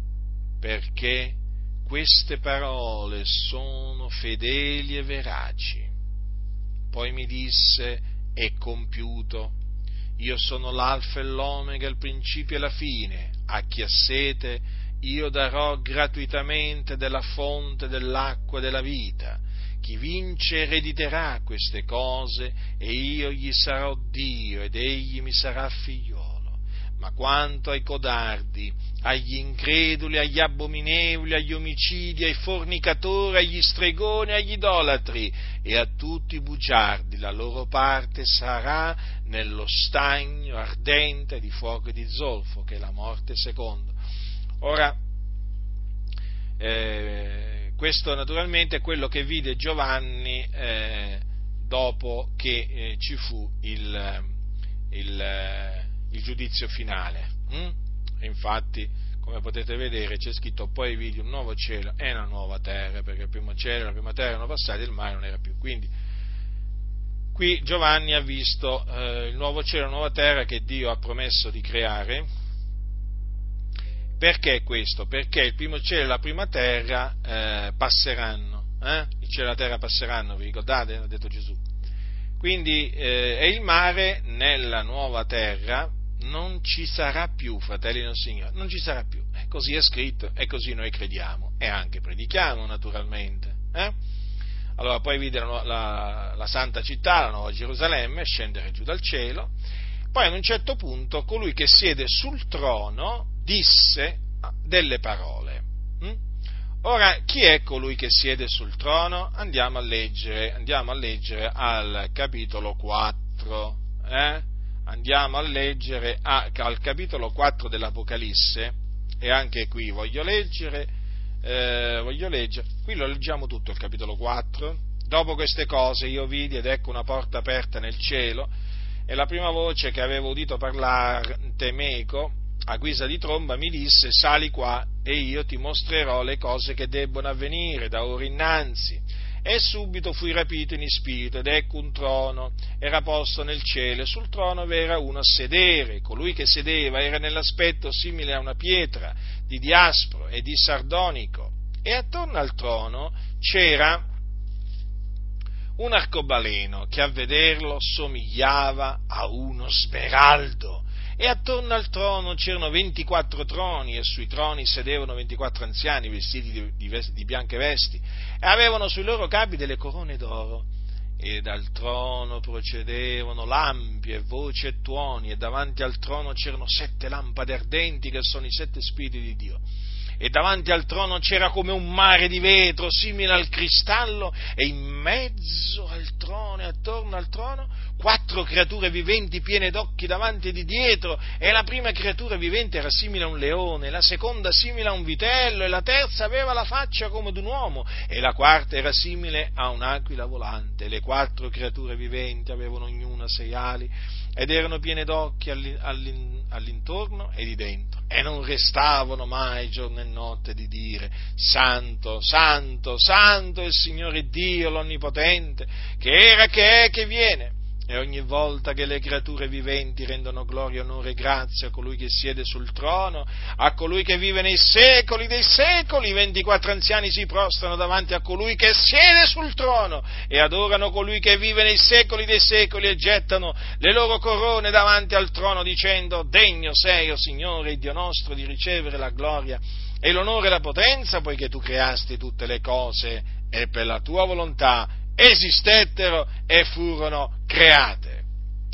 perché queste parole sono fedeli e veraci. Poi mi disse: è compiuto. Io sono l'alfa e l'omega, il principio e la fine. A chi ha sete io darò gratuitamente della fonte dell'acqua della vita. Chi vince erediterà queste cose, e io gli sarò Dio, ed egli mi sarà figliolo. Ma quanto ai codardi, agli increduli, agli abominevoli, agli omicidi, ai fornicatori, agli stregoni, agli idolatri e a tutti i bugiardi, la loro parte sarà nello stagno ardente di fuoco e di zolfo, che è la morte seconda. Ora, eh, questo naturalmente è quello che vide Giovanni eh, dopo che eh, ci fu il, il, il giudizio finale. Hm? Infatti, come potete vedere, c'è scritto: poi vidi un nuovo cielo e una nuova terra, perché il primo cielo e la prima terra erano passati e il mare non era più. Quindi, qui Giovanni ha visto eh, il nuovo cielo e la nuova terra che Dio ha promesso di creare. Perché questo? Perché il primo cielo e la prima terra eh, passeranno, eh? Il cielo e la terra passeranno, vi ricordate? Ha detto Gesù. Quindi, eh, e il mare nella nuova terra non ci sarà più, fratelli del Signore, non ci sarà più. Eh, così è scritto e così noi crediamo e anche predichiamo, naturalmente. Eh? Allora, poi vide la, la, la santa città, la nuova Gerusalemme, scendere giù dal cielo. Poi ad un certo punto colui che siede sul trono disse delle parole. Hm? Ora, chi è colui che siede sul trono? Andiamo a leggere, andiamo a leggere al capitolo quattro, eh? andiamo a leggere a, al capitolo quattro dell'Apocalisse, e anche qui voglio leggere, eh, voglio leggere, qui lo leggiamo tutto il capitolo quattro. Dopo queste cose io vidi ed ecco una porta aperta nel cielo, e la prima voce che avevo udito parlare meco, a guisa di tromba, mi disse: sali qua e io ti mostrerò le cose che debbono avvenire da ora innanzi. E subito fui rapito in spirito, ed ecco un trono era posto nel cielo, e sul trono v'era uno a sedere. Colui che sedeva era nell'aspetto simile a una pietra di diaspro e di sardonico, e attorno al trono c'era un arcobaleno che a vederlo somigliava a uno smeraldo, e attorno al trono c'erano ventiquattro troni, e sui troni sedevano ventiquattro anziani vestiti di, di, vesti, di bianche vesti, e avevano sui loro capi delle corone d'oro, e dal trono procedevano lampi e voci e tuoni, e davanti al trono c'erano sette lampade ardenti, che sono i sette spiriti di Dio. E davanti al trono c'era come un mare di vetro, simile al cristallo, e in mezzo al trono e attorno al trono quattro creature viventi piene d'occhi davanti e di dietro, e la prima creatura vivente era simile a un leone, la seconda simile a un vitello, e la terza aveva la faccia come d'un uomo, e la quarta era simile a un'aquila volante. Le quattro creature viventi avevano ognuna sei ali, ed erano piene d'occhi all'intorno e di dentro, e non restavano mai giorno e notte di dire: Santo, Santo, Santo è il Signore Dio l'Onnipotente, che era, che è, che viene. E ogni volta che le creature viventi rendono gloria, onore e grazia a colui che siede sul trono, a colui che vive nei secoli dei secoli, i ventiquattro anziani si prostrano davanti a colui che siede sul trono e adorano colui che vive nei secoli dei secoli, e gettano le loro corone davanti al trono dicendo: degno sei, o Signore Dio nostro, di ricevere la gloria e l'onore e la potenza, poiché tu creasti tutte le cose e per la tua volontà esistettero e furono create.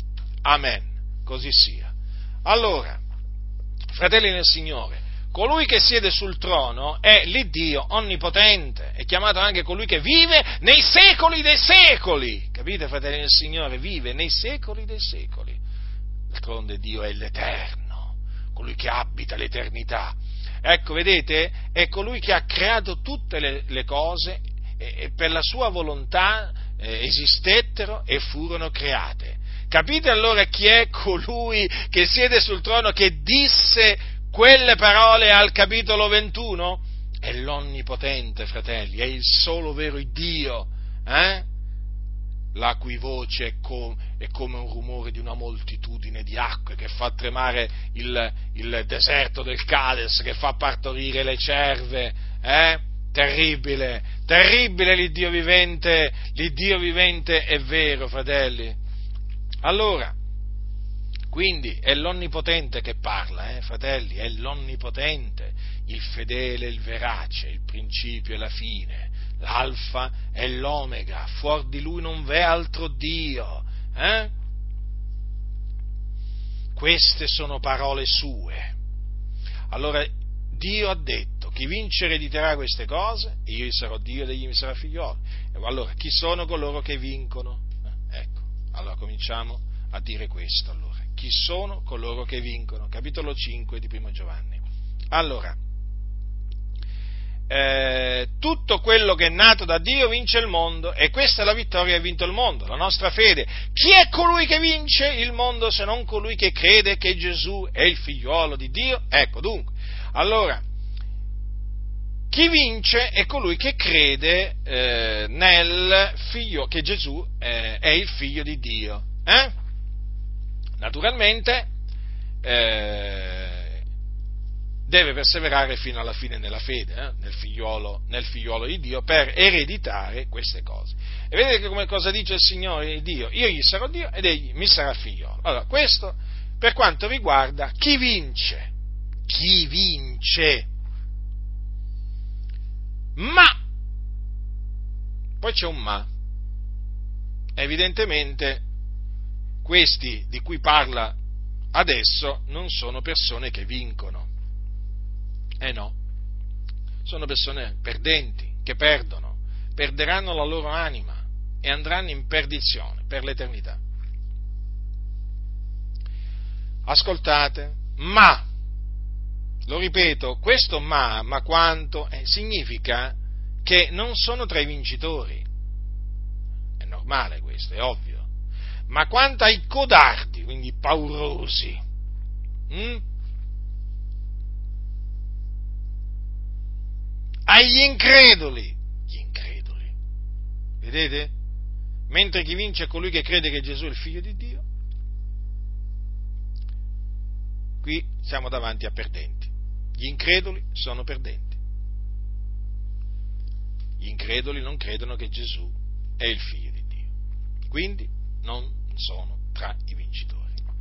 Amen. Così sia. Allora, fratelli nel Signore, colui che siede sul trono è l'Iddio onnipotente, è chiamato anche colui che vive nei secoli dei secoli. Capite, fratelli nel Signore? Vive nei secoli dei secoli. D'altronde Dio è l'Eterno, colui che abita l'eternità. Ecco, vedete, è colui che ha creato tutte le, le cose, e per la sua volontà eh, esistettero e furono create. Capite allora chi è colui che siede sul trono, che disse quelle parole al capitolo ventuno? È l'Onnipotente, fratelli, è il solo vero Dio, eh? la cui voce è, com- è come un rumore di una moltitudine di acque, che fa tremare il, il deserto del Cades, che fa partorire le cerve, eh? Terribile, terribile l'Iddio vivente, l'Iddio vivente è vero, fratelli. Allora, quindi è l'Onnipotente che parla, eh, fratelli, è l'Onnipotente, il fedele, il verace, il principio e la fine, l'alfa e l'omega, fuor di lui non v'è altro Dio, eh? Queste sono parole sue. Allora, Dio ha detto: chi vince erediterà queste cose, e io gli sarò Dio ed egli mi sarà figliolo. Allora, chi sono coloro che vincono? Eh, ecco, allora cominciamo a dire questo. Allora, chi sono coloro che vincono? Capitolo cinque di Primo Giovanni. Allora, eh, tutto quello che è nato da Dio vince il mondo, e questa è la vittoria che ha vinto il mondo, la nostra fede. Chi è colui che vince il mondo se non colui che crede che Gesù è il figliuolo di Dio? Ecco, dunque, allora, chi vince è colui che crede eh, nel figlio, che Gesù eh, è il figlio di Dio. Eh? Naturalmente eh, deve perseverare fino alla fine nella fede, eh? nel, figliolo, nel figliolo di Dio, per ereditare queste cose. E vedete come cosa dice il Signore Dio? Io gli sarò Dio ed egli mi sarà figliolo. Allora, questo per quanto riguarda chi vince. Chi vince? Ma, poi c'è un ma, evidentemente questi di cui parla adesso non sono persone che vincono, eh no, sono persone perdenti, che perdono, perderanno la loro anima e andranno in perdizione per l'eternità. ascoltate, ma, lo ripeto, questo ma, ma quanto, eh, significa che non sono tra i vincitori. È normale questo, è ovvio. Ma quanto ai codardi, quindi paurosi, hm? agli increduli, gli increduli, vedete? Mentre chi vince è colui che crede che Gesù è il figlio di Dio, qui siamo davanti a perdenti. Gli increduli sono perdenti. Gli increduli non credono che Gesù è il figlio di Dio, quindi non sono tra i vincitori.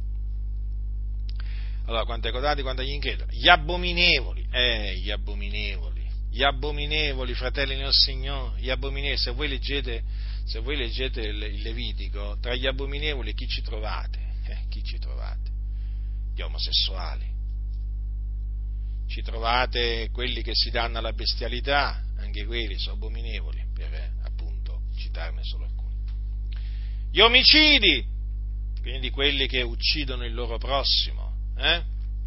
Allora, quanto ai codati, quanto agli increduli, gli abominevoli, eh, gli abominevoli, gli abominevoli, fratelli nel Signore, gli abominevoli, se voi leggete, se voi leggete il, il Levitico, tra gli abominevoli chi ci trovate? Eh, chi ci trovate? Gli omosessuali. Ci trovate quelli che si danno alla bestialità, anche quelli sono abominevoli, per eh, appunto citarne solo alcuni. Gli omicidi, quindi quelli che uccidono il loro prossimo, eh?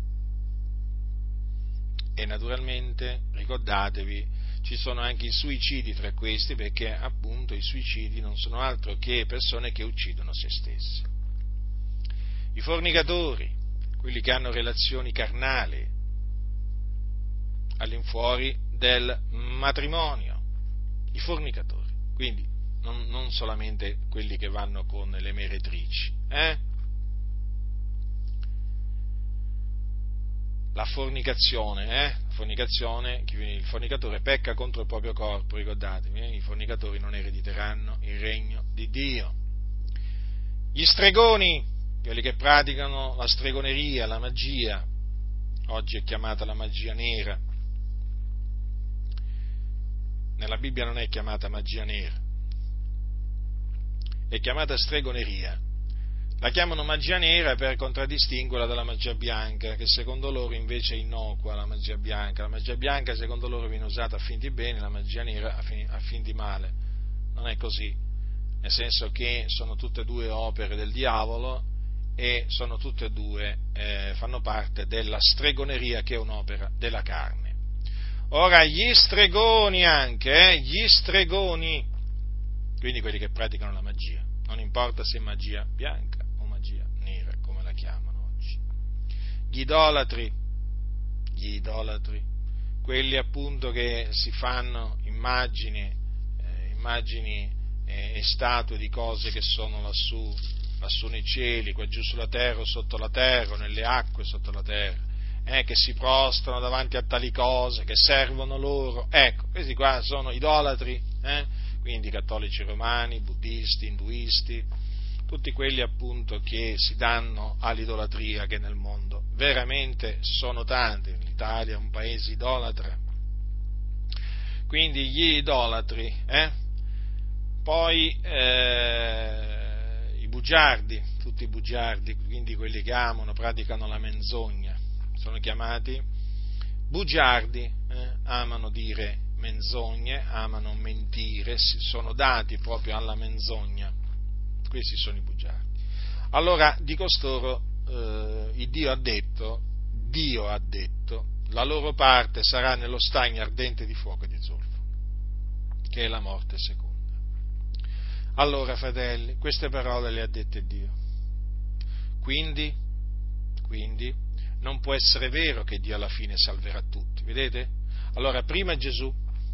E naturalmente, ricordatevi, ci sono anche i suicidi tra questi, perché appunto i suicidi non sono altro che persone che uccidono se stessi. I fornicatori, quelli che hanno relazioni carnali all'infuori del matrimonio, i fornicatori, quindi non, non solamente quelli che vanno con le meretrici, eh? La fornicazione, eh? fornicazione, il fornicatore pecca contro il proprio corpo, ricordatevi, eh? I fornicatori non erediteranno il regno di Dio. Gli stregoni, quelli che praticano la stregoneria, la magia, oggi è chiamata la magia nera, nella Bibbia non è chiamata magia nera, è chiamata stregoneria. La chiamano magia nera per contraddistinguerla dalla magia bianca, che secondo loro invece è innocua, la magia bianca. La magia bianca secondo loro viene usata a fin di bene, la magia nera a fin, a fin di male. Non è così, nel senso che sono tutte e due opere del diavolo e sono tutte e due, eh, fanno parte della stregoneria, che è un'opera della carne. Ora, gli stregoni anche, eh, gli stregoni, quindi quelli che praticano la magia, non importa se è magia bianca o magia nera, come la chiamano oggi. Gli idolatri, gli idolatri, quelli appunto che si fanno immagini, eh, immagini eh, e statue di cose che sono lassù, lassù nei cieli, qua giù sulla terra o sotto la terra, o nelle acque sotto la terra, eh, che si prostrano davanti a tali cose, che servono loro. Ecco, questi qua sono idolatri, eh? Quindi cattolici romani, buddisti, induisti, tutti quelli appunto che si danno all'idolatria, che nel mondo veramente sono tanti. L'Italia è un paese idolatra, quindi gli idolatri, eh? Poi eh, i bugiardi, tutti i bugiardi, quindi quelli che amano, praticano la menzogna, sono chiamati bugiardi, eh? Amano dire menzogne, amano mentire, sono dati proprio alla menzogna. Questi sono i bugiardi. Allora, di costoro eh, il Dio ha detto, Dio ha detto, la loro parte sarà nello stagno ardente di fuoco e di zolfo, che è la morte seconda. Allora, fratelli, queste parole le ha dette Dio. Quindi, quindi, non può essere vero che Dio alla fine salverà tutti, vedete? Allora, prima Gesù,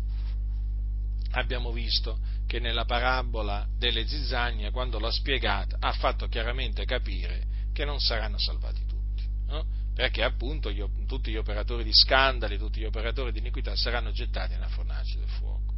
abbiamo visto che nella parabola delle zizzagne, quando l'ha spiegata, ha fatto chiaramente capire che non saranno salvati tutti, no? Perché appunto gli, tutti gli operatori di scandali, tutti gli operatori di iniquità saranno gettati nella fornace del fuoco.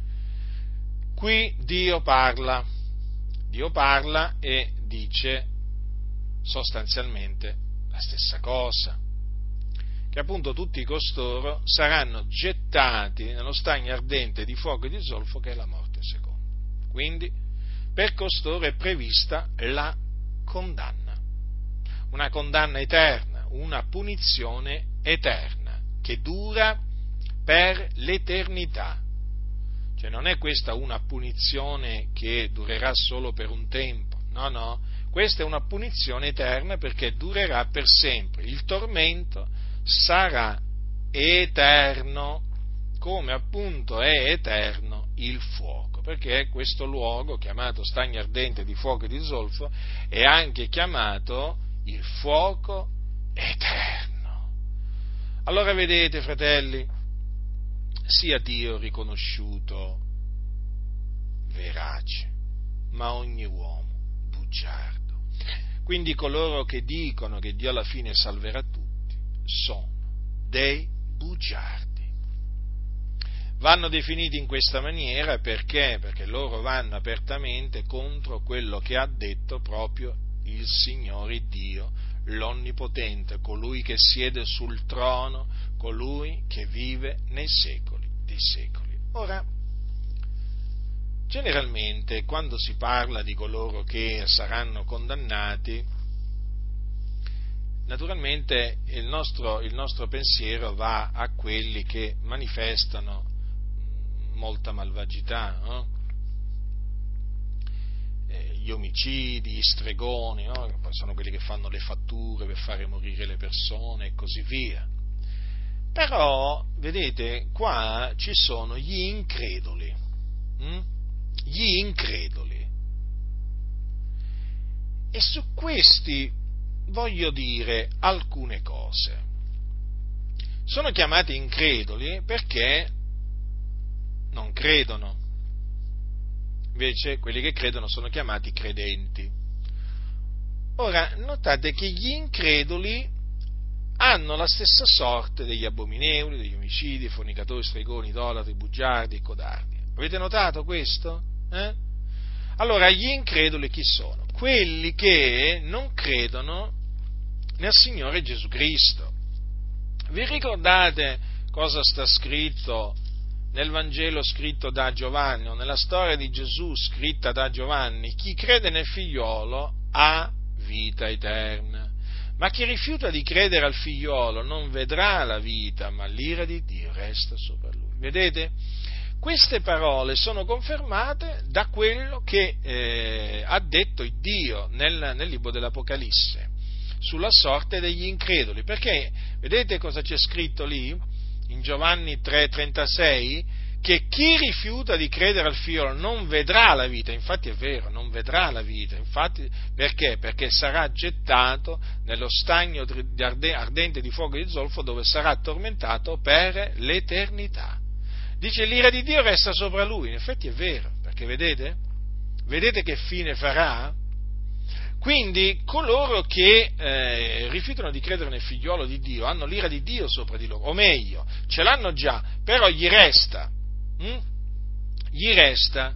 Qui Dio parla, Dio parla e dice sostanzialmente la stessa cosa, che appunto tutti costoro saranno gettati nello stagno ardente di fuoco e di zolfo, che è la morte seconda. Quindi per costoro è prevista la condanna, una condanna eterna, una punizione eterna che dura per l'eternità. Cioè non è questa una punizione che durerà solo per un tempo, no, no, Questa è una punizione eterna perché durerà per sempre. Il tormento sarà eterno, come appunto è eterno il fuoco, perché questo luogo, chiamato stagno ardente di fuoco e di zolfo, è anche chiamato il fuoco eterno. Allora vedete, fratelli, sia Dio riconosciuto verace, ma ogni uomo bugiardo. Quindi coloro che dicono che Dio alla fine salverà tutti sono dei bugiardi. Vanno definiti in questa maniera perché? Perché loro vanno apertamente contro quello che ha detto proprio il Signore Dio, l'Onnipotente, colui che siede sul trono, colui che vive nei secoli dei secoli. Ora, generalmente, quando si parla di coloro che saranno condannati, naturalmente il nostro, il nostro pensiero va a quelli che manifestano molta malvagità, no? eh, gli omicidi, gli stregoni, no? Poi sono quelli che fanno le fatture per fare morire le persone e così via. Però, vedete, qua ci sono gli increduli, hm? gli increduli, e su questi voglio dire alcune cose. Sono chiamati increduli perché non credono, invece quelli che credono sono chiamati credenti. Ora, notate che gli increduli hanno la stessa sorte degli abominevoli, degli omicidi, fornicatori, stregoni, idolatri, bugiardi e codardi. Avete notato questo? Eh? Allora, gli increduli chi sono? Quelli che non credono nel Signore Gesù Cristo. Vi ricordate cosa sta scritto nel Vangelo scritto da Giovanni, o nella storia di Gesù scritta da Giovanni? Chi crede nel figliolo ha vita eterna, ma chi rifiuta di credere al figliolo non vedrà la vita, ma l'ira di Dio resta sopra lui. Vedete? Queste parole sono confermate da quello che eh, ha detto il Dio nel, nel libro dell'Apocalisse sulla sorte degli increduli, perché vedete cosa c'è scritto lì in Giovanni tre trentasei? Che chi rifiuta di credere al figliolo non vedrà la vita. Infatti è vero, non vedrà la vita. Infatti, perché? Perché sarà gettato nello stagno ardente di fuoco e di zolfo, dove sarà tormentato per l'eternità. Dice, l'ira di Dio resta sopra lui. In effetti è vero, perché vedete? Vedete che fine farà? Quindi coloro che eh, rifiutano di credere nel figliolo di Dio hanno l'ira di Dio sopra di loro, o meglio, ce l'hanno già, però gli resta, hm? gli resta.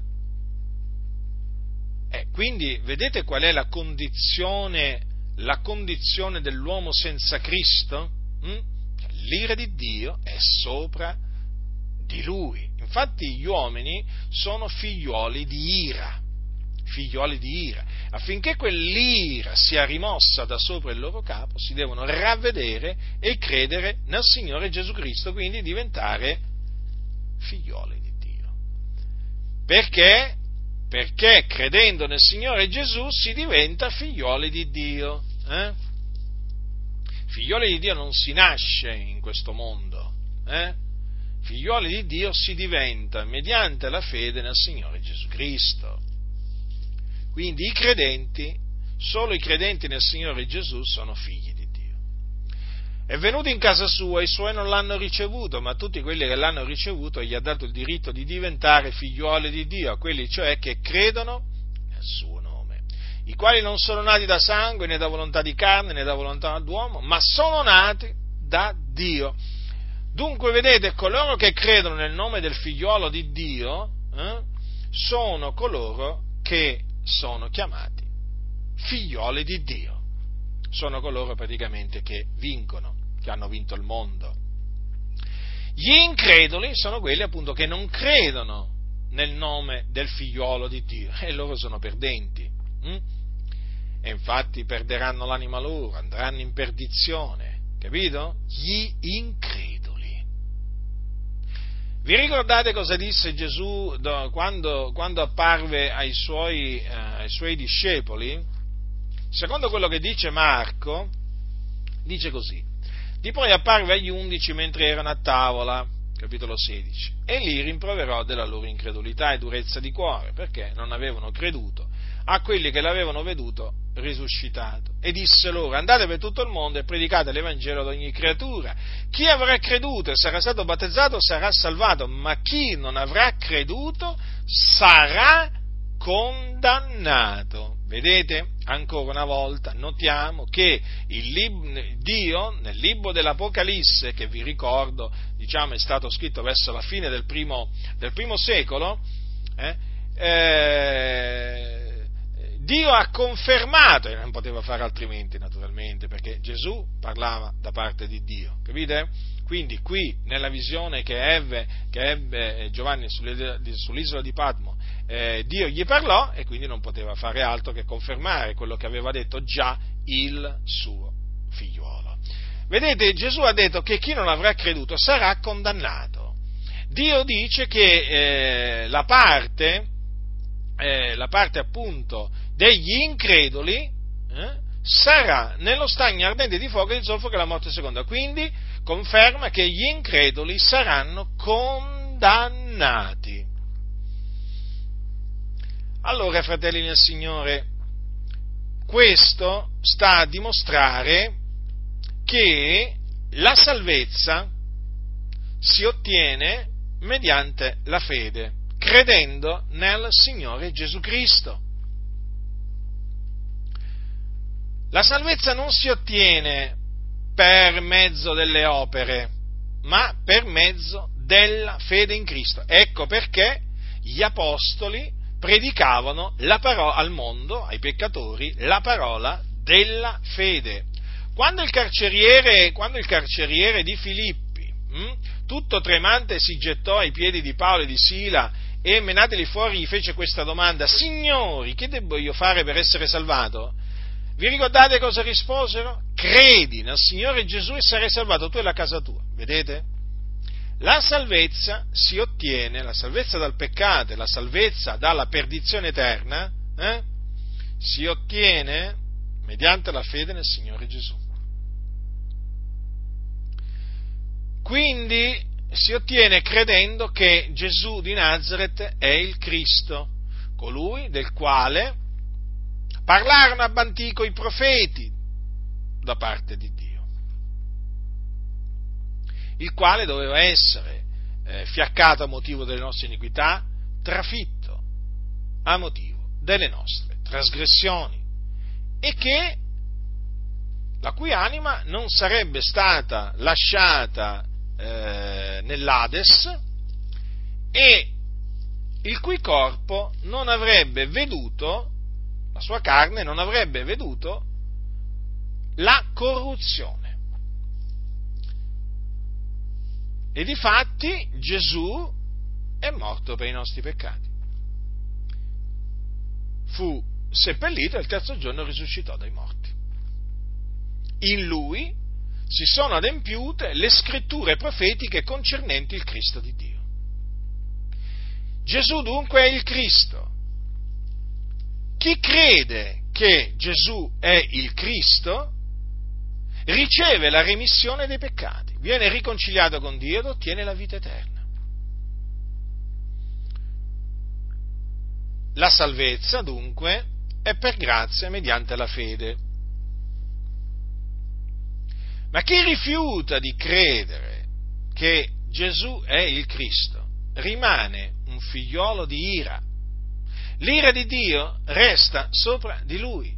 Eh, quindi vedete qual è la condizione, la condizione dell'uomo senza Cristo? Hm? L'ira di Dio è sopra di lui. Infatti gli uomini sono figlioli di ira. figlioli di ira, affinché quell'ira sia rimossa da sopra il loro capo, si devono ravvedere e credere nel Signore Gesù Cristo, quindi diventare figlioli di Dio. Perché? Perché credendo nel Signore Gesù si diventa figlioli di Dio. Eh? Figlioli di Dio non si nasce in questo mondo, eh? Figlioli di Dio si diventa mediante la fede nel Signore Gesù Cristo. Quindi i credenti, solo i credenti nel Signore Gesù sono figli di Dio. È venuto in casa sua, i suoi non l'hanno ricevuto, ma tutti quelli che l'hanno ricevuto gli ha dato il diritto di diventare figliuoli di Dio, a quelli cioè che credono nel suo nome, i quali non sono nati da sangue, né da volontà di carne, né da volontà d'uomo, ma sono nati da Dio. Dunque, vedete, coloro che credono nel nome del figliuolo di Dio eh, sono coloro che sono chiamati figlioli di Dio, sono coloro praticamente che vincono, che hanno vinto il mondo. Gli increduli sono quelli appunto che non credono nel nome del figliolo di Dio, e loro sono perdenti, hm? E infatti perderanno l'anima loro, andranno in perdizione, capito? Gli increduli. Vi ricordate cosa disse Gesù quando, quando apparve ai suoi, eh, ai suoi discepoli? Secondo quello che dice Marco, dice così: di poi apparve agli undici mentre erano a tavola, capitolo sedici, e lì rimproverò della loro incredulità e durezza di cuore, perché non avevano creduto a quelli che l'avevano veduto risuscitato. E disse loro: andate per tutto il mondo e predicate l'Evangelo ad ogni creatura. Chi avrà creduto e sarà stato battezzato sarà salvato, ma chi non avrà creduto sarà condannato. Vedete? Ancora una volta notiamo che il lib- Dio nel libro dell'Apocalisse, che vi ricordo, diciamo, è stato scritto verso la fine del primo, del primo secolo, eh, eh, Dio ha confermato, e non poteva fare altrimenti naturalmente, perché Gesù parlava da parte di Dio, capite? Quindi qui nella visione che ebbe, che ebbe Giovanni sull'isola di Patmo, eh, Dio gli parlò e quindi non poteva fare altro che confermare quello che aveva detto già il suo figliuolo. Vedete, Gesù ha detto che chi non avrà creduto sarà condannato. Dio dice che eh, la parte, eh, la parte appunto degli increduli eh, sarà nello stagno ardente di fuoco e di zolfo che è la morte seconda. Quindi conferma che gli increduli saranno condannati. Allora, fratelli nel Signore, questo sta a dimostrare che la salvezza si ottiene mediante la fede, credendo nel Signore Gesù Cristo. La salvezza non si ottiene per mezzo delle opere, ma per mezzo della fede in Cristo. Ecco perché gli apostoli predicavano la parola al mondo, ai peccatori, la parola della fede. Quando il carceriere, quando il carceriere di Filippi, hm, tutto tremante, si gettò ai piedi di Paolo e di Sila e menateli fuori gli fece questa domanda: Signori, che debbo io fare per essere salvato? Vi ricordate cosa risposero? Credi nel Signore Gesù e sarai salvato tu e la casa tua. Vedete? La salvezza si ottiene, la salvezza dal peccato e la salvezza dalla perdizione eterna, eh, si ottiene mediante la fede nel Signore Gesù. Quindi si ottiene credendo che Gesù di Nazaret è il Cristo, colui del quale parlarono ab antico i profeti da parte di Dio, il quale doveva essere eh, fiaccato a motivo delle nostre iniquità, trafitto a motivo delle nostre trasgressioni, e che la cui anima non sarebbe stata lasciata eh, nell'Ades e il cui corpo non avrebbe veduto, la sua carne non avrebbe veduto la corruzione. E difatti Gesù è morto per i nostri peccati. Fu seppellito e il terzo giorno risuscitò dai morti. In lui si sono adempiute le scritture profetiche concernenti il Cristo di Dio. Gesù dunque è il Cristo. Chi crede che Gesù è il Cristo riceve la remissione dei peccati, viene riconciliato con Dio ed ottiene la vita eterna. La salvezza, dunque, è per grazia mediante la fede. Ma chi rifiuta di credere che Gesù è il Cristo rimane un figliolo di ira. L'ira di Dio resta sopra di lui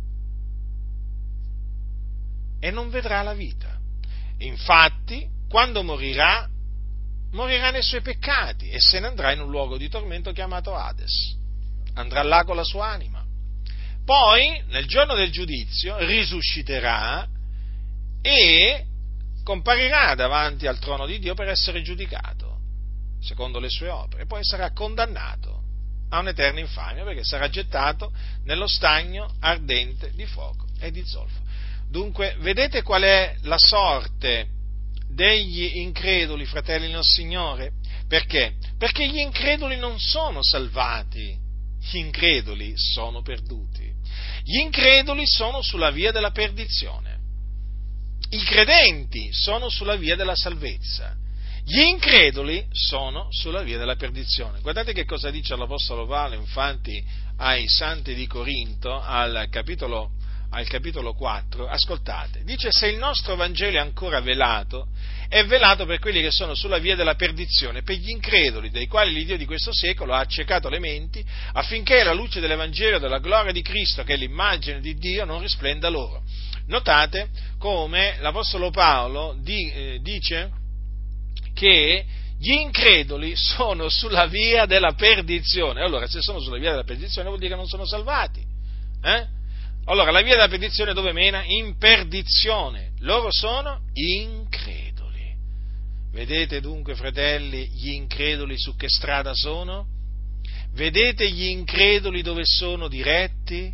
e non vedrà la vita. Infatti, quando morirà, morirà nei suoi peccati e se ne andrà in un luogo di tormento chiamato Hades. Andrà là con la sua anima. Poi, nel giorno del giudizio, risusciterà e comparirà davanti al trono di Dio per essere giudicato, secondo le sue opere, e poi sarà condannato a un'eterna infamia, perché sarà gettato nello stagno ardente di fuoco e di zolfo. Dunque, vedete qual è la sorte degli increduli, fratelli nel Signore? Perché? Perché gli increduli non sono salvati, gli increduli sono perduti. Gli increduli sono sulla via della perdizione. I credenti sono sulla via della salvezza. Gli increduli sono sulla via della perdizione. Guardate che cosa dice l'Apostolo Paolo, infatti, ai santi di Corinto, al capitolo, al capitolo quattro. Ascoltate, dice: se il nostro Vangelo è ancora velato, è velato per quelli che sono sulla via della perdizione, per gli increduli, dei quali l'Iddio di questo secolo ha accecato le menti, affinché la luce dell'Evangelo della gloria di Cristo, che è l'immagine di Dio, non risplenda loro. Notate come l'Apostolo Paolo di, eh, dice che gli increduli sono sulla via della perdizione. Allora, se sono sulla via della perdizione vuol dire che non sono salvati. Eh? Allora, la via della perdizione dove mena? In perdizione. Loro sono increduli. Vedete dunque, fratelli, gli increduli su che strada sono? Vedete gli increduli dove sono diretti?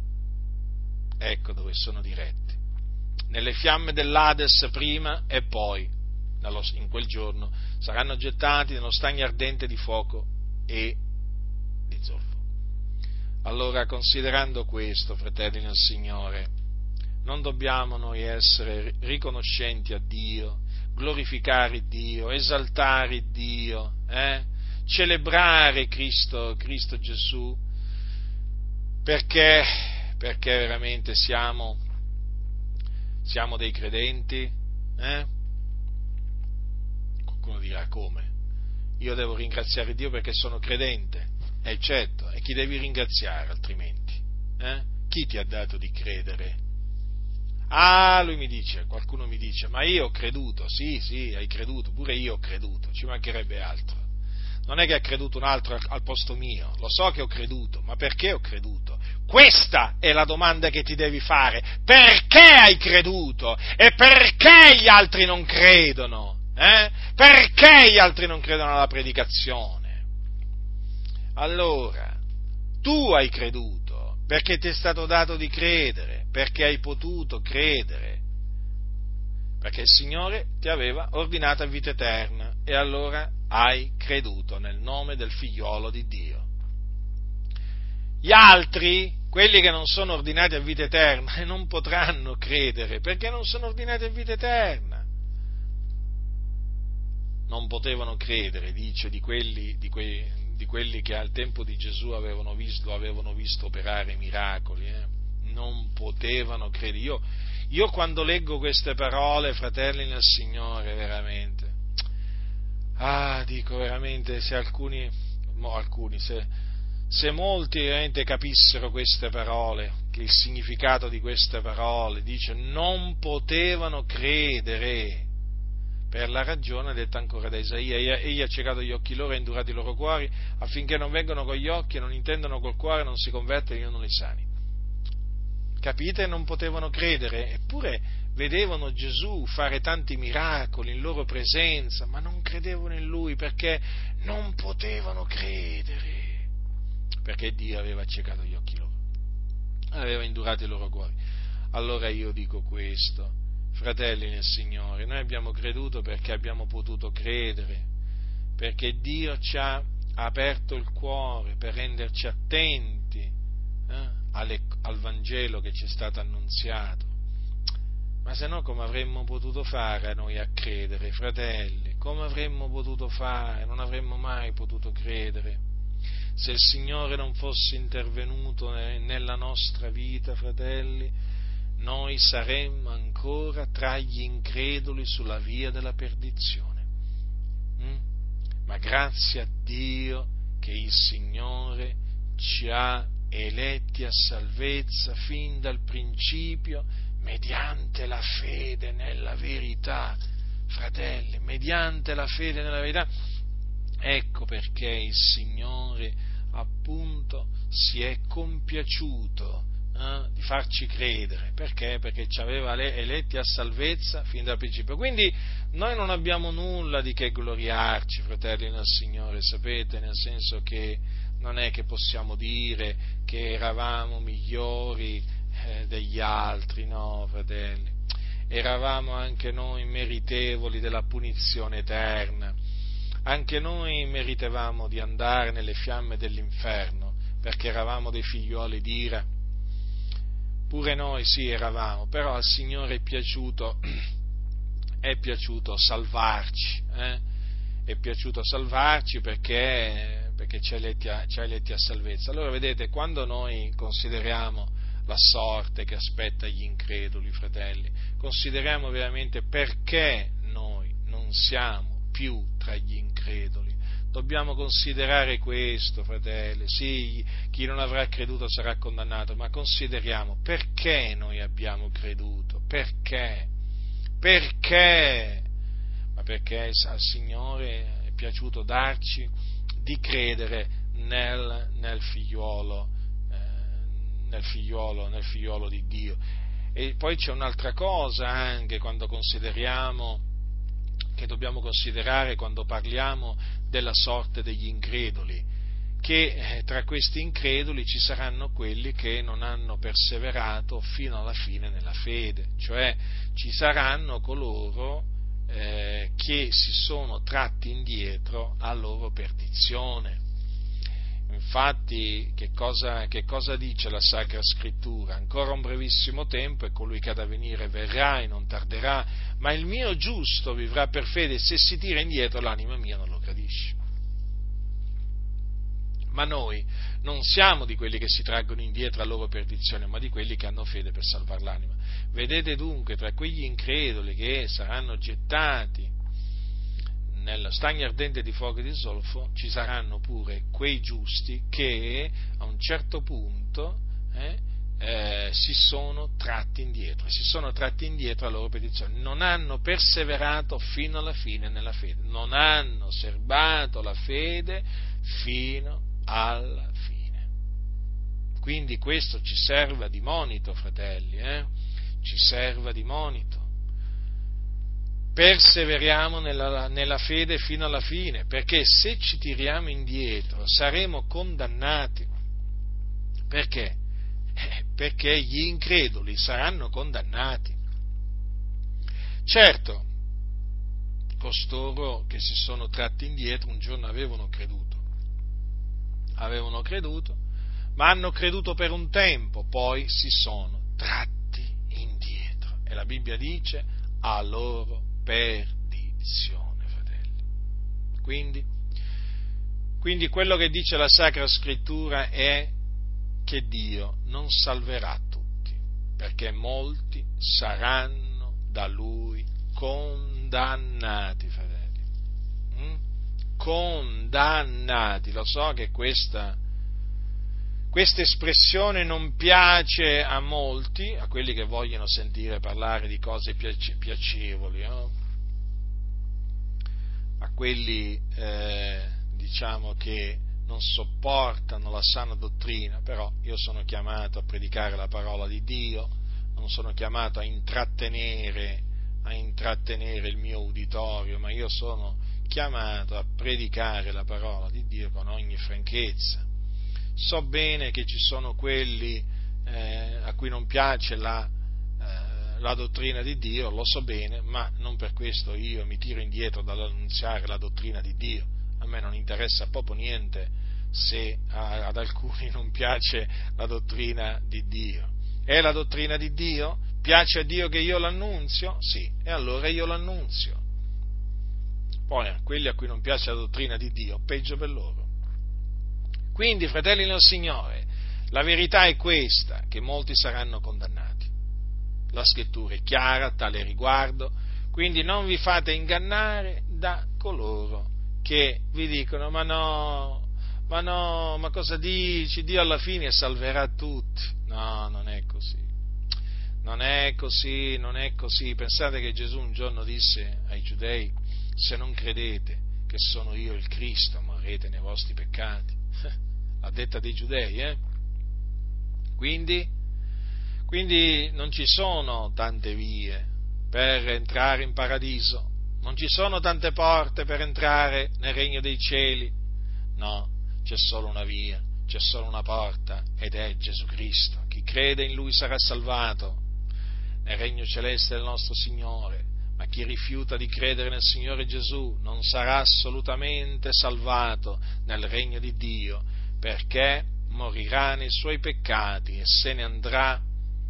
Ecco dove sono diretti. Nelle fiamme dell'Ades prima e poi, in quel giorno, saranno gettati nello stagno ardente di fuoco e di zolfo. Allora, considerando questo, fratelli nel Signore, non dobbiamo noi essere riconoscenti a Dio, glorificare Dio, esaltare Dio, eh? celebrare Cristo, Cristo Gesù, perché, perché veramente siamo, siamo dei credenti, eh? Qualcuno dirà: come? Io devo ringraziare Dio perché sono credente? Eh certo, e chi devi ringraziare altrimenti? Eh? Chi ti ha dato di credere? Ah, lui mi dice, qualcuno mi dice: ma io ho creduto. Sì, sì, hai creduto, pure io ho creduto, ci mancherebbe altro. Non è che ha creduto un altro al, al posto mio, lo so che ho creduto, ma perché ho creduto? Questa è la domanda che ti devi fare: perché hai creduto? E perché gli altri non credono? Eh? Perché gli altri non credono alla predicazione? Allora, tu hai creduto perché ti è stato dato di credere, perché hai potuto credere, perché il Signore ti aveva ordinato a vita eterna, e allora hai creduto nel nome del Figliolo di Dio. Gli altri, quelli che non sono ordinati a vita eterna, non potranno credere perché non sono ordinati a vita eterna. Non potevano credere, dice, di quelli, di quei, di quelli che al tempo di Gesù avevano visto, avevano visto operare miracoli, eh? Non potevano credere. Io, io quando leggo queste parole, fratelli nel Signore, veramente, ah, dico veramente, se alcuni, no, alcuni, se, se molti veramente capissero queste parole, che il significato di queste parole, dice, non potevano credere, per la ragione detta ancora da Isaia: egli ha ciecato gli occhi loro e indurato i loro cuori, affinché non vengano con gli occhi e non intendano col cuore, non si convertono e io non li sani. Capite? Non potevano credere, eppure vedevano Gesù fare tanti miracoli in loro presenza, ma non credevano in Lui perché non potevano credere, perché Dio aveva ciecato gli occhi loro, aveva indurato i loro cuori. Allora io dico questo: fratelli nel Signore, noi abbiamo creduto perché abbiamo potuto credere, perché Dio ci ha aperto il cuore per renderci attenti eh, alle, al Vangelo che ci è stato annunziato. Ma se no, come avremmo potuto fare noi a credere, fratelli? Come avremmo potuto fare? Non avremmo mai potuto credere. Se il Signore non fosse intervenuto nella nostra vita, fratelli, noi saremmo ancora tra gli increduli sulla via della perdizione. Mm? Ma grazie a Dio che il Signore ci ha eletti a salvezza fin dal principio mediante la fede nella verità, fratelli, mediante la fede nella verità. Ecco perché il Signore appunto si è compiaciuto Eh, di farci credere. Perché? Perché ci aveva eletti a salvezza fin dal principio. Quindi noi non abbiamo nulla di che gloriarci, fratelli nel Signore, sapete, nel senso che non è che possiamo dire che eravamo migliori eh, degli altri, no, fratelli, eravamo anche noi meritevoli della punizione eterna, anche noi meritavamo di andare nelle fiamme dell'inferno, perché eravamo dei figliuoli d'ira. pure noi sì eravamo, però al Signore è piaciuto, è piaciuto salvarci, eh? È piaciuto salvarci perché, perché ci ha eletti a, ci ha eletti a salvezza. Allora vedete, quando noi consideriamo la sorte che aspetta gli increduli, fratelli, consideriamo veramente perché noi non siamo più tra gli increduli. Dobbiamo considerare questo, fratelli. Sì, chi non avrà creduto sarà condannato, ma consideriamo perché noi abbiamo creduto, perché, perché, ma perché al Signore è piaciuto darci di credere nel, nel figliuolo, eh, nel figliuolo, nel figliuolo di Dio. E poi c'è un'altra cosa anche quando consideriamo, che dobbiamo considerare quando parliamo della sorte degli increduli, che tra questi increduli ci saranno quelli che non hanno perseverato fino alla fine nella fede, cioè ci saranno coloro eh, che si sono tratti indietro a loro perdizione. Infatti, che cosa, che cosa dice la Sacra Scrittura? Ancora un brevissimo tempo e colui che ha da venire verrà e non tarderà, ma il mio giusto vivrà per fede e se si tira indietro l'anima mia non lo gradisce. Ma noi non siamo di quelli che si traggono indietro a loro perdizione, ma di quelli che hanno fede per salvar l'anima. Vedete dunque, tra quegli increduli che saranno gettati nello stagno ardente di fuoco e di zolfo, ci saranno pure quei giusti che a un certo punto eh, eh, si sono tratti indietro, si sono tratti indietro a loro perdizione, non hanno perseverato fino alla fine nella fede, non hanno serbato la fede fino alla fine. Quindi questo ci serve di monito, fratelli, eh? ci serve di monito. Perseveriamo nella, nella fede fino alla fine, perché se ci tiriamo indietro saremo condannati. Perché? Eh, perché gli increduli saranno condannati. Certo, costoro che si sono tratti indietro un giorno avevano creduto, avevano creduto, ma hanno creduto per un tempo, poi si sono tratti indietro. E la Bibbia dice a loro perdizione, fratelli. Quindi, quindi quello che dice la Sacra Scrittura è che Dio non salverà tutti, perché molti saranno da Lui condannati, fratelli. Mm? Condannati. Lo so che questa Questa espressione non piace a molti, a quelli che vogliono sentire parlare di cose piacevoli, no? A quelli eh, diciamo che non sopportano la sana dottrina, però io sono chiamato a predicare la parola di Dio, non sono chiamato a intrattenere, a intrattenere il mio uditorio, ma io sono chiamato a predicare la parola di Dio con ogni franchezza. So bene che ci sono quelli eh, a cui non piace la, eh, la dottrina di Dio, lo so bene, ma non per questo io mi tiro indietro dall'annunziare la dottrina di Dio. A me non interessa proprio niente se a, ad alcuni non piace la dottrina di Dio. È la dottrina di Dio? Piace a Dio che io l'annunzio? Sì, e allora io l'annunzio. Poi a quelli a cui non piace la dottrina di Dio, peggio per loro. Quindi, fratelli nel Signore, la verità è questa, che molti saranno condannati. La Scrittura è chiara a tale riguardo, quindi non vi fate ingannare da coloro che vi dicono ma no, ma no, ma cosa dici? Dio alla fine salverà tutti. No, non è così. Non è così, non è così. Pensate che Gesù un giorno disse ai giudei: se non credete che sono io il Cristo, morrete nei vostri peccati. A detta dei giudei, eh? Quindi, quindi non ci sono tante vie per entrare in paradiso, non ci sono tante porte per entrare nel regno dei cieli, no, c'è solo una via, c'è solo una porta ed è Gesù Cristo. Chi crede in Lui sarà salvato nel regno celeste del nostro Signore, ma chi rifiuta di credere nel Signore Gesù non sarà assolutamente salvato nel regno di Dio, perché morirà nei suoi peccati e se ne andrà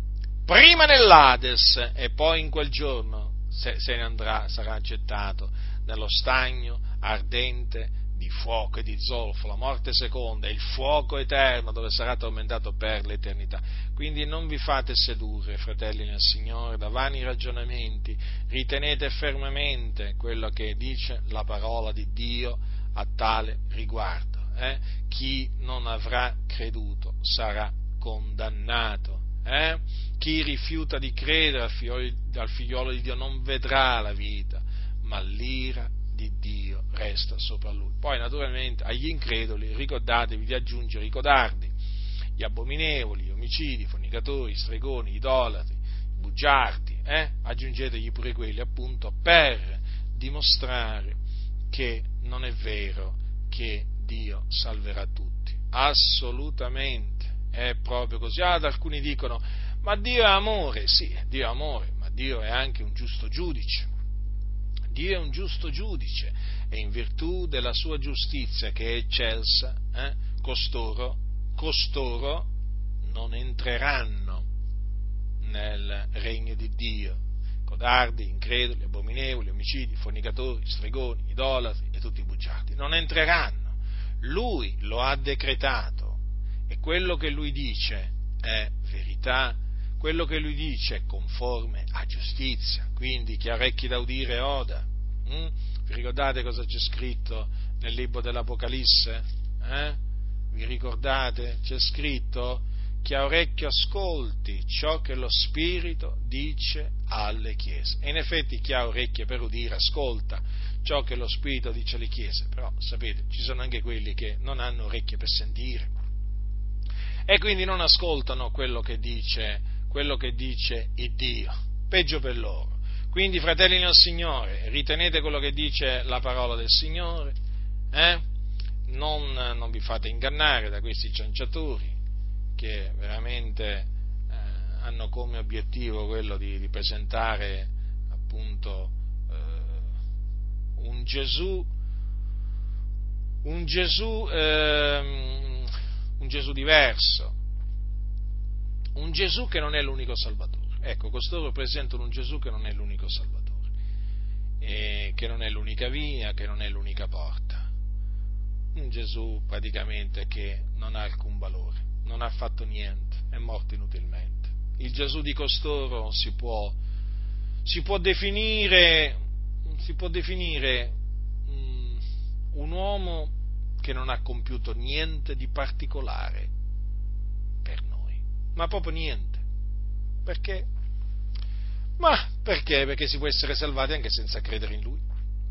prima nell'Ades e poi in quel giorno se, se ne andrà, sarà gettato nello stagno ardente di fuoco e di zolfo, la morte seconda, il fuoco eterno dove sarà tormentato per l'eternità. Quindi non vi fate sedurre, fratelli nel Signore, da vani ragionamenti, ritenete fermamente quello che dice la parola di Dio a tale riguardo. Eh? Chi non avrà creduto sarà condannato. Eh? Chi rifiuta di credere al figliolo, al figliolo di Dio non vedrà la vita, ma l'ira di Dio resta sopra lui. Poi naturalmente agli increduli ricordatevi di aggiungere i codardi, gli abominevoli, gli omicidi, i fornicatori, i stregoni, i idolatri, i bugiardi, eh? aggiungetegli pure quelli appunto per dimostrare che non è vero che Dio salverà tutti. Assolutamente, è proprio così. Ah, alcuni dicono, ma Dio è amore, sì, Dio è amore, ma Dio è anche un giusto giudice. Dio è un giusto giudice e in virtù della sua giustizia che è eccelsa, eh, costoro, costoro non entreranno nel regno di Dio. Codardi, increduli, abominevoli, omicidi, fornicatori, stregoni, idolatri e tutti i bugiardi non entreranno. Lui lo ha decretato e quello che lui dice è verità. Quello che lui dice è conforme a giustizia, quindi chi ha orecchi da udire oda. Mm? Vi ricordate cosa c'è scritto nel libro dell'Apocalisse? Eh? Vi ricordate? C'è scritto chi ha orecchio ascolti ciò che lo Spirito dice alle chiese. E in effetti chi ha orecchie per udire ascolta ciò che lo Spirito dice alle chiese, però sapete, ci sono anche quelli che non hanno orecchie per sentire e quindi non ascoltano quello che dice quello che dice il Dio, peggio per loro. Quindi, fratelli nel Signore, ritenete quello che dice la parola del Signore, eh? non, non vi fate ingannare da questi cianciatori che veramente eh, hanno come obiettivo quello di, di presentare appunto eh, un Gesù, un Gesù, eh, un Gesù diverso. Un Gesù che non è l'unico Salvatore. Ecco, costoro presentano un Gesù che non è l'unico Salvatore, e che non è l'unica via, che non è l'unica porta. Un Gesù praticamente che non ha alcun valore, non ha fatto niente, è morto inutilmente. Il Gesù di costoro si può, si può definire, si può definire um, un uomo che non ha compiuto niente di particolare per noi. Ma proprio niente. Perché? Ma perché? Perché si può essere salvati anche senza credere in Lui.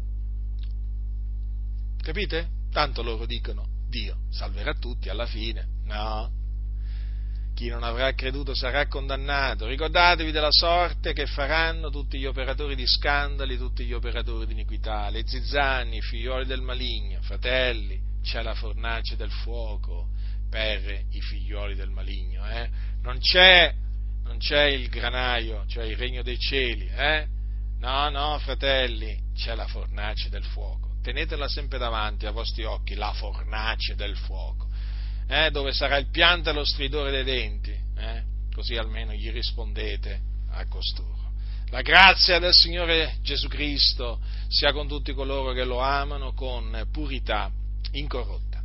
Capite? Tanto loro dicono, Dio salverà tutti alla fine. No. Chi non avrà creduto sarà condannato. Ricordatevi della sorte che faranno tutti gli operatori di scandali, tutti gli operatori di iniquità, le zizzanni, i figlioli del maligno. Fratelli, c'è la fornace del fuoco per i figlioli del maligno, eh? Non c'è, non c'è il granaio, cioè il regno dei cieli, eh? No, no, fratelli, c'è la fornace del fuoco. Tenetela sempre davanti ai vostri occhi, la fornace del fuoco, eh? Dove sarà il pianto e lo stridore dei denti, eh? Così almeno gli rispondete a costoro. La grazia del Signore Gesù Cristo sia con tutti coloro che lo amano con purità incorrotta.